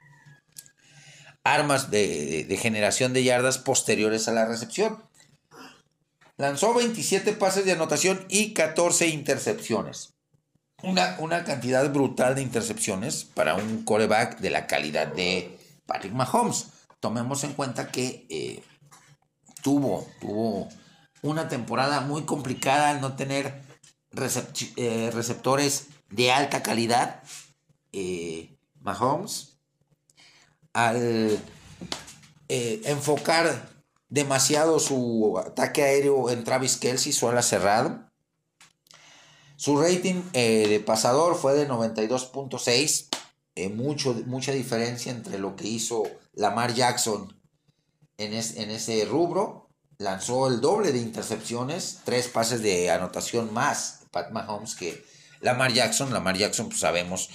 armas de generación de yardas posteriores a la recepción. Lanzó 27 pases de anotación y 14 intercepciones. Una cantidad brutal de intercepciones para un quarterback de la calidad de Patrick Mahomes. Tomemos en cuenta que tuvo una temporada muy complicada al no tener receptores de alta calidad. Mahomes, al enfocar demasiado su ataque aéreo en Travis Kelce, su ala cerrada, su rating de pasador fue de 92.6. Mucha diferencia entre lo que hizo Lamar Jackson en ese rubro. Lanzó el doble de intercepciones, 3 pases de anotación más Pat Mahomes que Lamar Jackson. Lamar Jackson, pues sabemos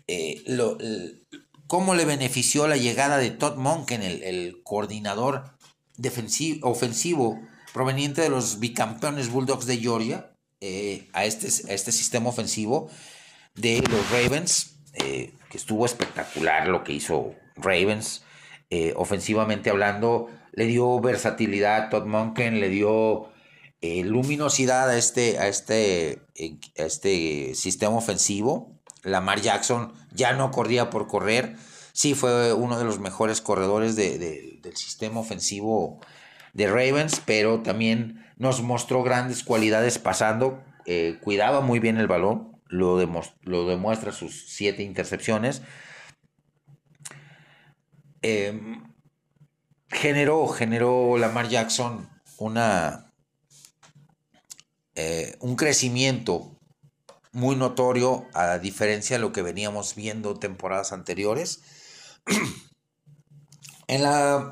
cómo le benefició la llegada de Todd Monken, el coordinador ofensivo proveniente de los bicampeones Bulldogs de Georgia, a este sistema ofensivo de los Ravens, que estuvo espectacular lo que hizo Ravens, ofensivamente hablando. Le dio versatilidad a Todd Monken, le dio luminosidad a este sistema ofensivo. Lamar Jackson ya no corría por correr, sí fue uno de los mejores corredores del sistema ofensivo de Ravens, pero también nos mostró grandes cualidades pasando, cuidaba muy bien el balón, lo demuestra sus 7 intercepciones. Generó Lamar Jackson un crecimiento muy notorio, a diferencia de lo que veníamos viendo temporadas anteriores. En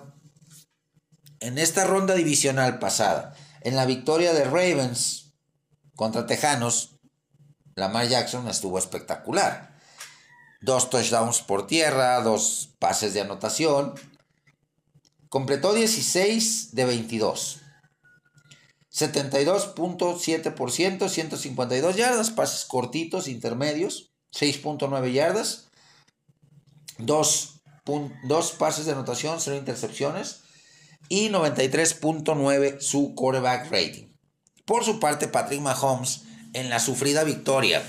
esta ronda divisional pasada, en la victoria de Ravens contra Tejanos, Lamar Jackson estuvo espectacular. 2 touchdowns por tierra, 2 pases de anotación. Completó 16 de 22. 72.7%, 152 yardas, pases cortitos, intermedios, 6.9 yardas, 2 pases de anotación, 0 intercepciones y 93.9 su quarterback rating. Por su parte, Patrick Mahomes, en la sufrida victoria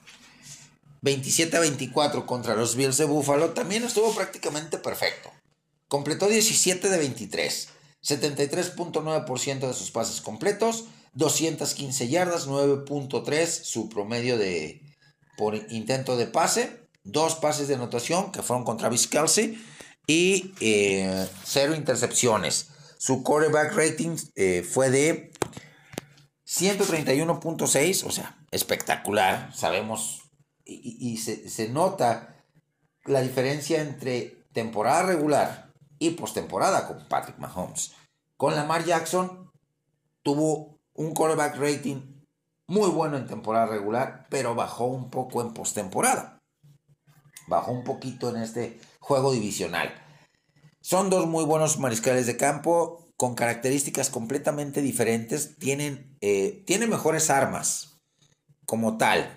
27-24 contra los Bills de Buffalo, también estuvo prácticamente perfecto. Completó 17 de 23, 73.9% de sus pases completos, 215 yardas, 9.3 su promedio por intento de pase, 2 pases de anotación que fueron con Travis Kelce y 0 intercepciones. Su quarterback rating fue de 131.6, o sea, espectacular. Sabemos y se nota la diferencia entre temporada regular y postemporada con Patrick Mahomes. Con Lamar Jackson tuvo un quarterback rating muy bueno en temporada regular, pero bajó un poco en postemporada. Bajó un poquito en este juego divisional. Son dos muy buenos mariscales de campo con características completamente diferentes. Tienen mejores armas como tal.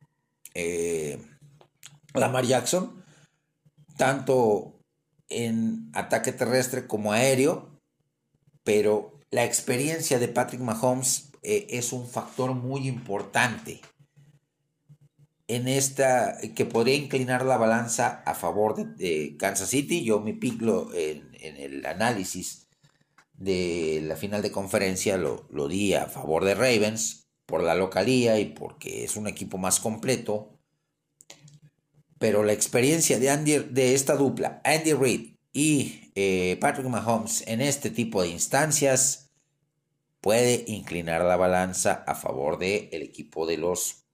Lamar Jackson, tanto en ataque terrestre como aéreo, pero la experiencia de Patrick Mahomes es un factor muy importante en esta, que podría inclinar la balanza a favor de Kansas City. Yo mi pick en el análisis de la final de conferencia lo di a favor de Ravens por la localía y porque es un equipo más completo. Pero la experiencia de esta dupla, Andy Reid y Patrick Mahomes, en este tipo de instancias puede inclinar la balanza a favor del equipo de los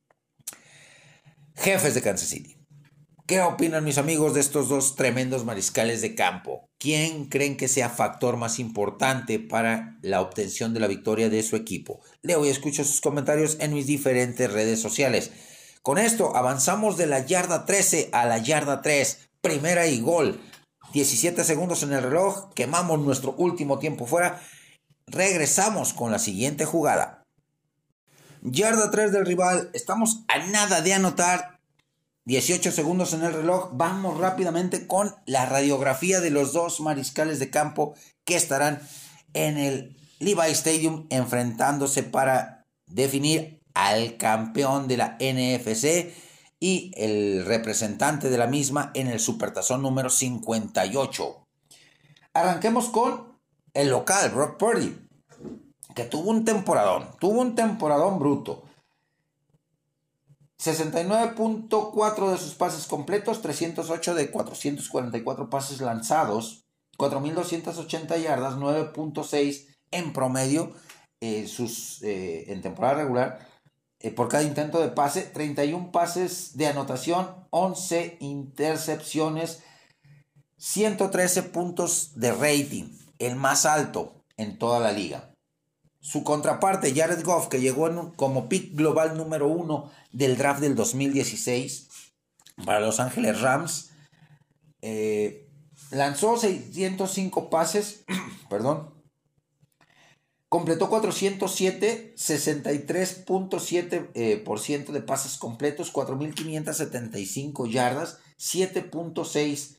Jefes de Kansas City. ¿Qué opinan mis amigos de estos dos tremendos mariscales de campo? ¿Quién creen que sea factor más importante para la obtención de la victoria de su equipo? Leo y escucho sus comentarios en mis diferentes redes sociales. Con esto avanzamos de la yarda 13 a la yarda 3. Primera y gol. 17 segundos en el reloj. Quemamos nuestro último tiempo fuera. Regresamos con la siguiente jugada. Yarda 3 del rival. Estamos a nada de anotar. 18 segundos en el reloj. Vamos rápidamente con la radiografía de los dos mariscales de campo que estarán en el Levi Stadium enfrentándose para definir al campeón de la NFC y el representante de la misma en el Supertazón número 58. Arranquemos con el local, Brock Purdy, que tuvo un temporadón bruto. 69.4 de sus pases completos, 308 de 444 pases lanzados, 4.280 yardas, 9.6 en promedio en temporada regular por cada intento de pase, 31 pases de anotación, 11 intercepciones, 113 puntos de rating, el más alto en toda la liga. Su contraparte, Jared Goff, que llegó como pick global número 1 del draft del 2016 para Los Ángeles Rams, lanzó 605 pases, completó 407, 63.7% de pases completos, 4.575 yardas, 7.6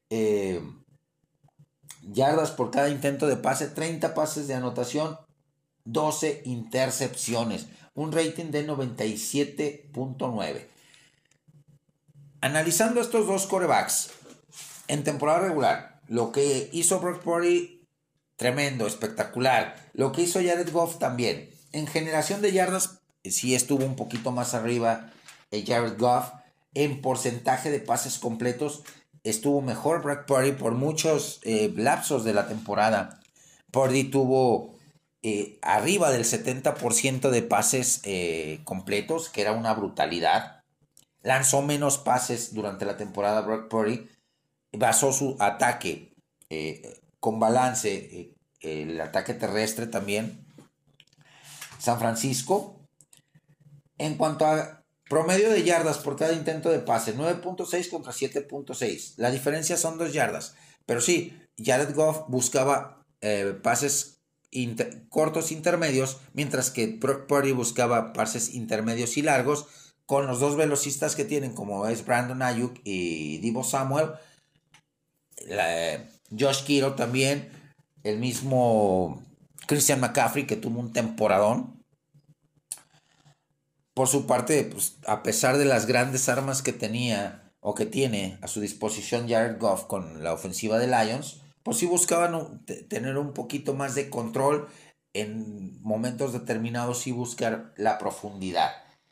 yardas por cada intento de pase, 30 pases de anotación, 12 intercepciones, un rating de 97.9. Analizando estos dos quarterbacks en temporada regular, lo que hizo Brock Purdy, tremendo, espectacular. Lo que hizo Jared Goff también. En generación de yardas, sí estuvo un poquito más arriba Jared Goff. En porcentaje de pases completos, estuvo mejor Brock Purdy por muchos lapsos de la temporada. Purdy tuvo arriba del 70% de pases completos, que era una brutalidad. Lanzó menos pases durante la temporada Brock Purdy. Basó su ataque con balance, el ataque terrestre también. San Francisco, en cuanto a promedio de yardas por cada intento de pase, 9.6 contra 7.6. La diferencia son 2 yardas. Pero sí, Jared Goff buscaba pases cortos intermedios, mientras que Brock Purdy buscaba pases intermedios y largos, con los dos velocistas que tienen, como es Brandon Ayuk y Deebo Samuel. Josh Kittle también, el mismo Christian McCaffrey, que tuvo un temporadón. Por su parte, pues, a pesar de las grandes armas que tenía o que tiene a su disposición Jared Goff con la ofensiva de Lions, pues sí buscaban tener un poquito más de control en momentos determinados y buscar la profundidad.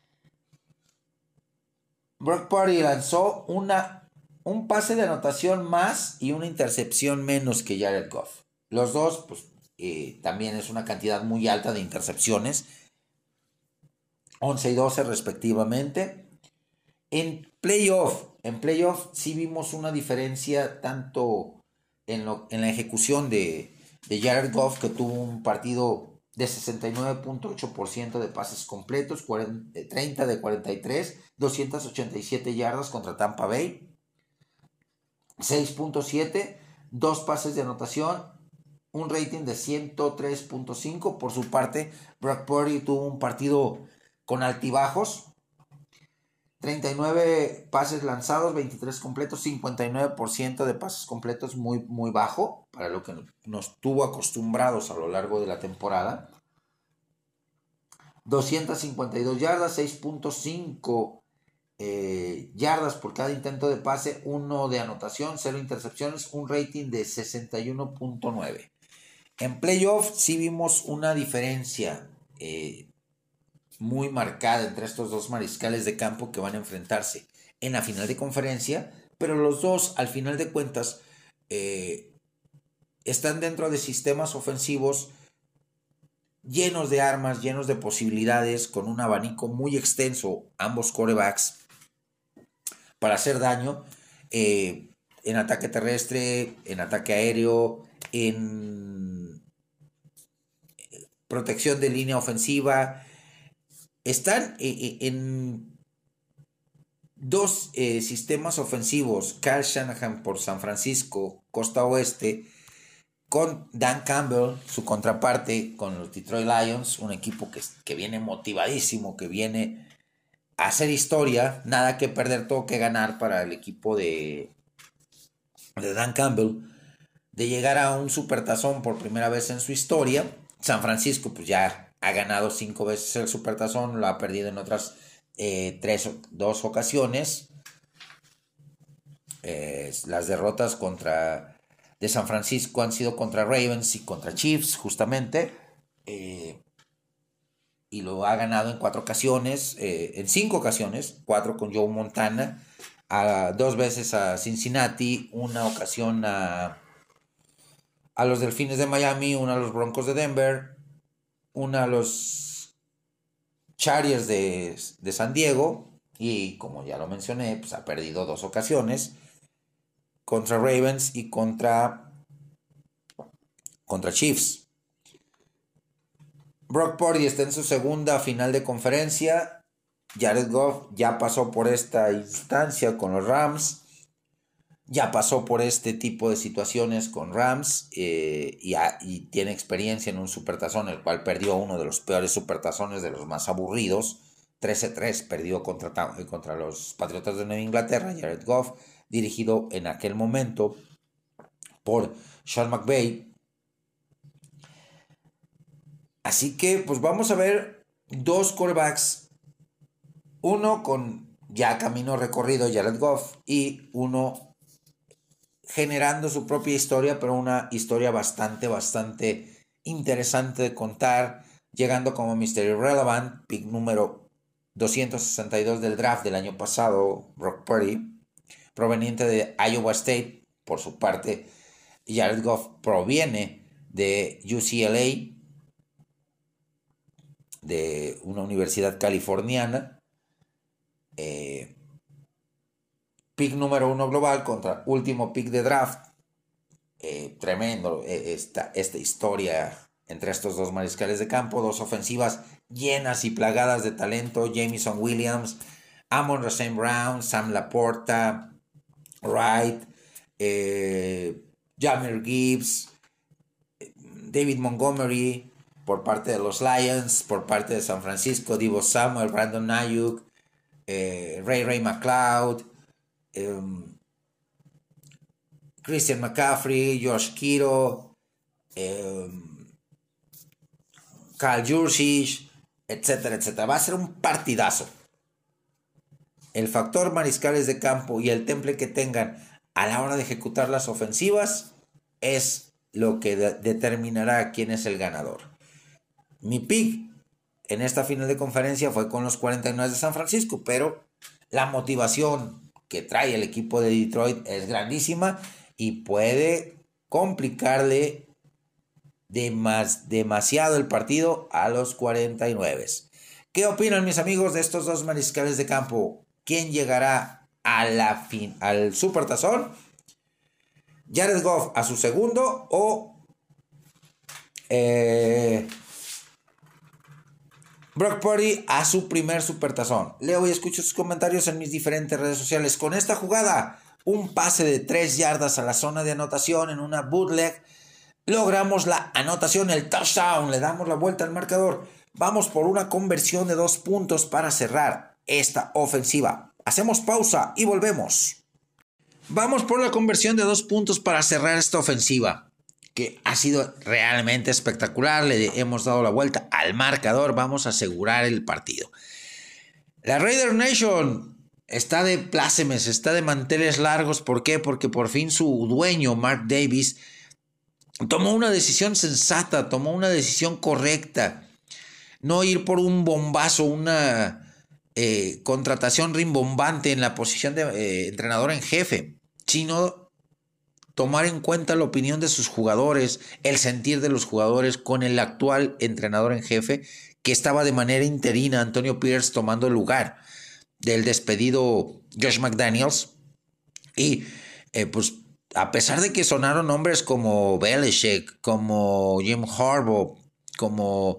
Brock Purdy lanzó un pase de anotación más y una intercepción menos que Jared Goff. Los dos, pues, también es una cantidad muy alta de intercepciones, 11 y 12 respectivamente. En playoff sí vimos una diferencia tanto en la ejecución de Jared Goff, que tuvo un partido de 69.8% de pases completos, 30 de 43, 287 yardas contra Tampa Bay, 6.7, 2 pases de anotación, un rating de 103.5. Por su parte, Brock Purdy tuvo un partido con altibajos, 39 pases lanzados, 23 completos, 59% de pases completos, muy, muy bajo para lo que nos tuvo acostumbrados a lo largo de la temporada. 252 yardas, 6.5 yardas por cada intento de pase, 1 de anotación, 0 intercepciones, un rating de 61.9. En playoff sí vimos una diferencia muy marcada entre estos dos mariscales de campo que van a enfrentarse en la final de conferencia, pero los dos, al final de cuentas, están dentro de sistemas ofensivos llenos de armas, llenos de posibilidades, con un abanico muy extenso, ambos quarterbacks, para hacer daño en ataque terrestre, en ataque aéreo, en protección de línea ofensiva. Están en dos sistemas ofensivos. Kyle Shanahan por San Francisco, costa oeste, con Dan Campbell, su contraparte, con los Detroit Lions, un equipo que viene motivadísimo, que viene a hacer historia, nada que perder, todo que ganar para el equipo de Dan Campbell, de llegar a un supertazón por primera vez en su historia. San Francisco pues ya ha ganado 5 veces el supertazón, lo ha perdido en otras 2 ocasiones. Las derrotas de San Francisco han sido contra Ravens y contra Chiefs, justamente. Y lo ha ganado en 4 ocasiones, en 5 ocasiones, 4 con Joe Montana, 2 veces a Cincinnati, una ocasión a los Delfines de Miami, una a los Broncos de Denver, una a los Chargers de San Diego, y como ya lo mencioné, pues ha perdido 2 ocasiones contra Ravens y contra Chiefs. Brock Purdy está en su segunda final de conferencia. Jared Goff ya pasó por esta instancia con los Rams. Ya pasó por este tipo de situaciones con Rams y tiene experiencia en un supertazón, el cual perdió uno de los peores supertazones, de los más aburridos. 13-3 perdió contra los Patriotas de Nueva Inglaterra. Jared Goff, dirigido en aquel momento por Sean McVay. Así que pues vamos a ver 2 quarterbacks, uno con ya camino recorrido, Jared Goff, y uno generando su propia historia, pero una historia bastante interesante de contar, llegando como Mr. Irrelevant, pick número 262 del draft del año pasado, Brock Purdy, proveniente de Iowa State. Por su parte, Jared Goff proviene de UCLA, de una universidad californiana. Pick número 1 global contra último pick de draft. Tremendo esta historia entre estos dos mariscales de campo, dos ofensivas llenas y plagadas de talento. Jameson Williams, Amon-Ra St. Brown, Sam Laporta, Wright, Jahmyr Gibbs, David Montgomery por parte de los Lions, por parte de San Francisco, Deebo Samuel, Brandon Ayuk, Ray McLeod, Christian McCaffrey, Josh Kittle, Kyle Juszczyk, etcétera, etcétera. Va a ser un partidazo. El factor mariscales de campo y el temple que tengan a la hora de ejecutar las ofensivas es lo que determinará quién es el ganador. Mi pick en esta final de conferencia fue con los 49 de San Francisco, pero la motivación que trae el equipo de Detroit es grandísima y puede complicarle demasiado el partido a los 49. ¿Qué opinan mis amigos de estos dos mariscales de campo? ¿Quién llegará al Supertazón? ¿Jared Goff a su segundo o Brock Purdy a su primer Supertazón? Leo y escucho sus comentarios en mis diferentes redes sociales. Con esta jugada, un pase de 3 yardas a la zona de anotación en una bootleg, logramos la anotación, el touchdown, le damos la vuelta al marcador. Vamos por una conversión de 2 puntos para cerrar esta ofensiva. Hacemos pausa y volvemos. Vamos por la conversión de 2 puntos para cerrar esta ofensiva, que ha sido realmente espectacular. Le hemos dado la vuelta al marcador. Vamos a asegurar el partido. La Raider Nation está de plácemes, está de manteles largos. ¿Por qué? Porque por fin su dueño, Mark Davis, tomó una decisión sensata, tomó una decisión correcta. No ir por un bombazo, una contratación rimbombante en la posición de entrenador en jefe, sino tomar en cuenta la opinión de sus jugadores, el sentir de los jugadores con el actual entrenador en jefe, que estaba de manera interina, Antonio Pierce, tomando el lugar del despedido Josh McDaniels. Y pues a pesar de que sonaron nombres como Belichick, como Jim Harbaugh, como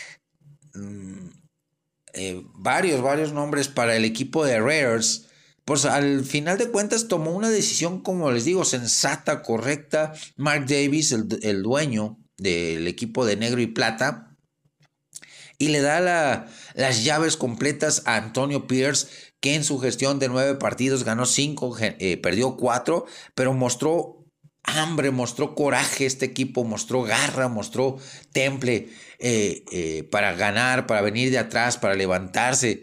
varios nombres para el equipo de Raiders, pues al final de cuentas tomó una decisión, como les digo, sensata, correcta. Mark Davis, el dueño del equipo de negro y plata, y le da las llaves completas a Antonio Pierce, que en su gestión de 9 partidos ganó 5, perdió 4, pero mostró hambre, mostró coraje este equipo, mostró garra, mostró temple para ganar, para venir de atrás, para levantarse.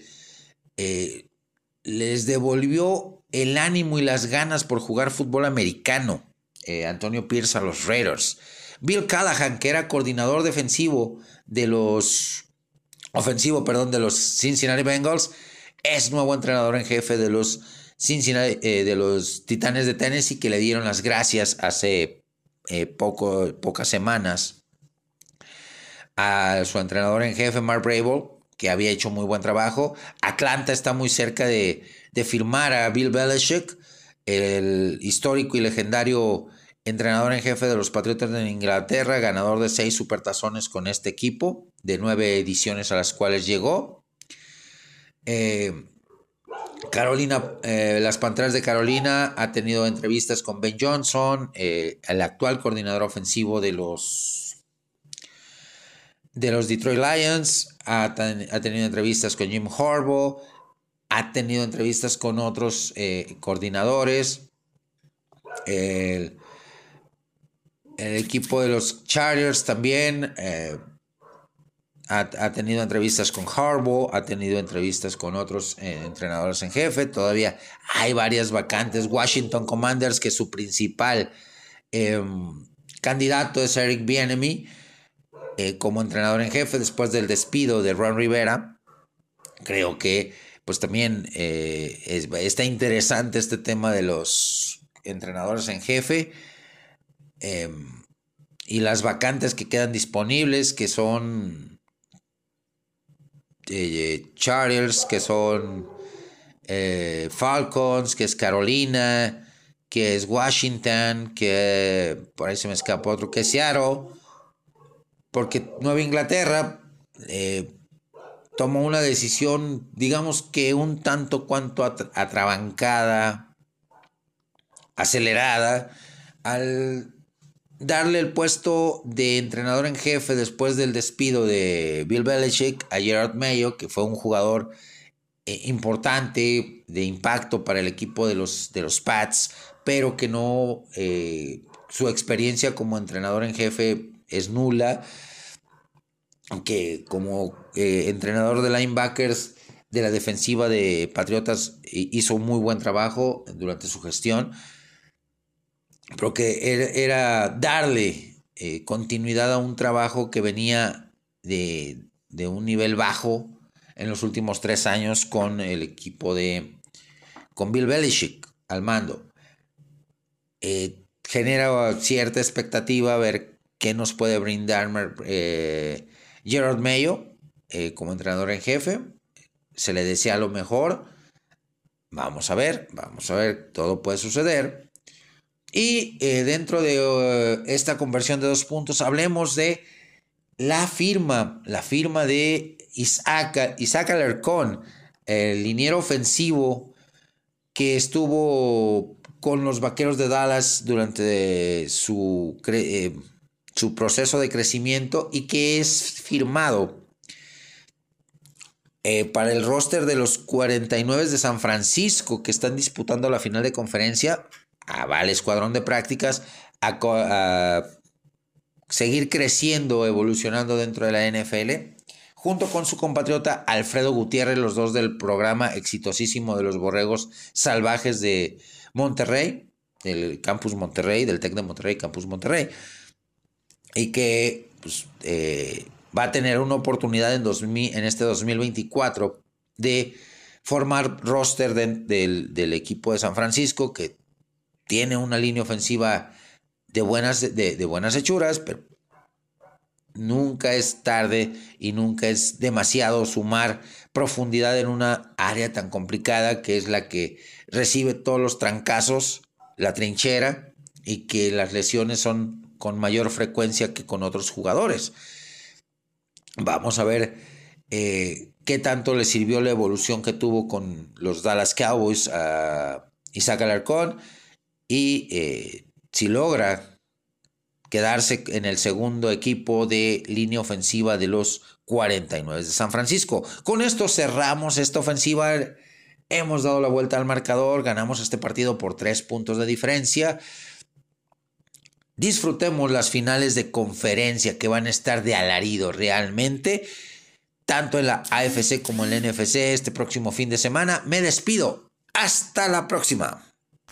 Les devolvió el ánimo y las ganas por jugar fútbol americano, Antonio Pierce, a los Raiders. Bill Callahan, que era coordinador defensivo de los de los Cincinnati Bengals, es nuevo entrenador en jefe de los de los Titanes de Tennessee, que le dieron las gracias hace pocas semanas a su entrenador en jefe, Mark Vrabel, que había hecho muy buen trabajo. Atlanta está muy cerca de firmar a Bill Belichick, el histórico y legendario entrenador en jefe de los Patriotas de Inglaterra, ganador de 6 supertazones con este equipo, de 9 ediciones a las cuales llegó. Las Panteras de Carolina ha tenido entrevistas con Ben Johnson, el actual coordinador ofensivo de los Detroit Lions. Ha tenido entrevistas con Jim Harbaugh, ha tenido entrevistas con otros coordinadores. El equipo de los Chargers también ha tenido entrevistas con Harbaugh, ha tenido entrevistas con otros entrenadores en jefe. Todavía hay varias vacantes. Washington Commanders, que su principal candidato es Eric Bieniemy como entrenador en jefe después del despido de Ron Rivera. Creo que pues también está interesante este tema de los entrenadores en jefe y las vacantes que quedan disponibles, que son Chargers, que son Falcons, que es Carolina, que es Washington, que por ahí se me escapa otro, que es Seattle, porque Nueva Inglaterra tomó una decisión, digamos que un tanto cuanto atrabancada, acelerada, al darle el puesto de entrenador en jefe después del despido de Bill Belichick a Gerard Mayo, que fue un jugador importante, de impacto para el equipo de los Pats, pero que no, su experiencia como entrenador en jefe es nula, que como entrenador de linebackers de la defensiva de Patriotas hizo un muy buen trabajo durante su gestión, pero que era darle continuidad a un trabajo que venía de un nivel bajo en los últimos 3 años con el equipo con Bill Belichick al mando. Genera cierta expectativa a ver qué nos puede brindar Gerard Mayo como entrenador en jefe. Se le desea lo mejor. Vamos a ver, todo puede suceder. Y dentro de esta conversión de 2 puntos, hablemos de la firma de Isaac Alarcón, el liniero ofensivo que estuvo con los Vaqueros de Dallas durante su proceso de crecimiento y que es firmado para el roster de los 49 de San Francisco, que están disputando la final de conferencia. Va al escuadrón de prácticas a seguir creciendo, evolucionando dentro de la NFL, junto con su compatriota Alfredo Gutiérrez, los dos del programa exitosísimo de los Borregos Salvajes de Monterrey, del Campus Monterrey, del TEC de Monterrey, Campus Monterrey, y que pues, va a tener una oportunidad en este 2024 de formar roster del equipo de San Francisco, que tiene una línea ofensiva de buenas hechuras, pero nunca es tarde y nunca es demasiado sumar profundidad en una área tan complicada que es la que recibe todos los trancazos, la trinchera, y que las lesiones son con mayor frecuencia que con otros jugadores. Vamos a ver qué tanto le sirvió la evolución que tuvo con los Dallas Cowboys a Isaac Alarcón y si logra quedarse en el segundo equipo de línea ofensiva de los 49 de San Francisco. Con esto cerramos esta ofensiva. Hemos dado la vuelta al marcador, ganamos este partido por 3 puntos de diferencia. Disfrutemos las finales de conferencia que van a estar de alarido realmente, tanto en la AFC como en la NFC este próximo fin de semana. Me despido. Hasta la próxima.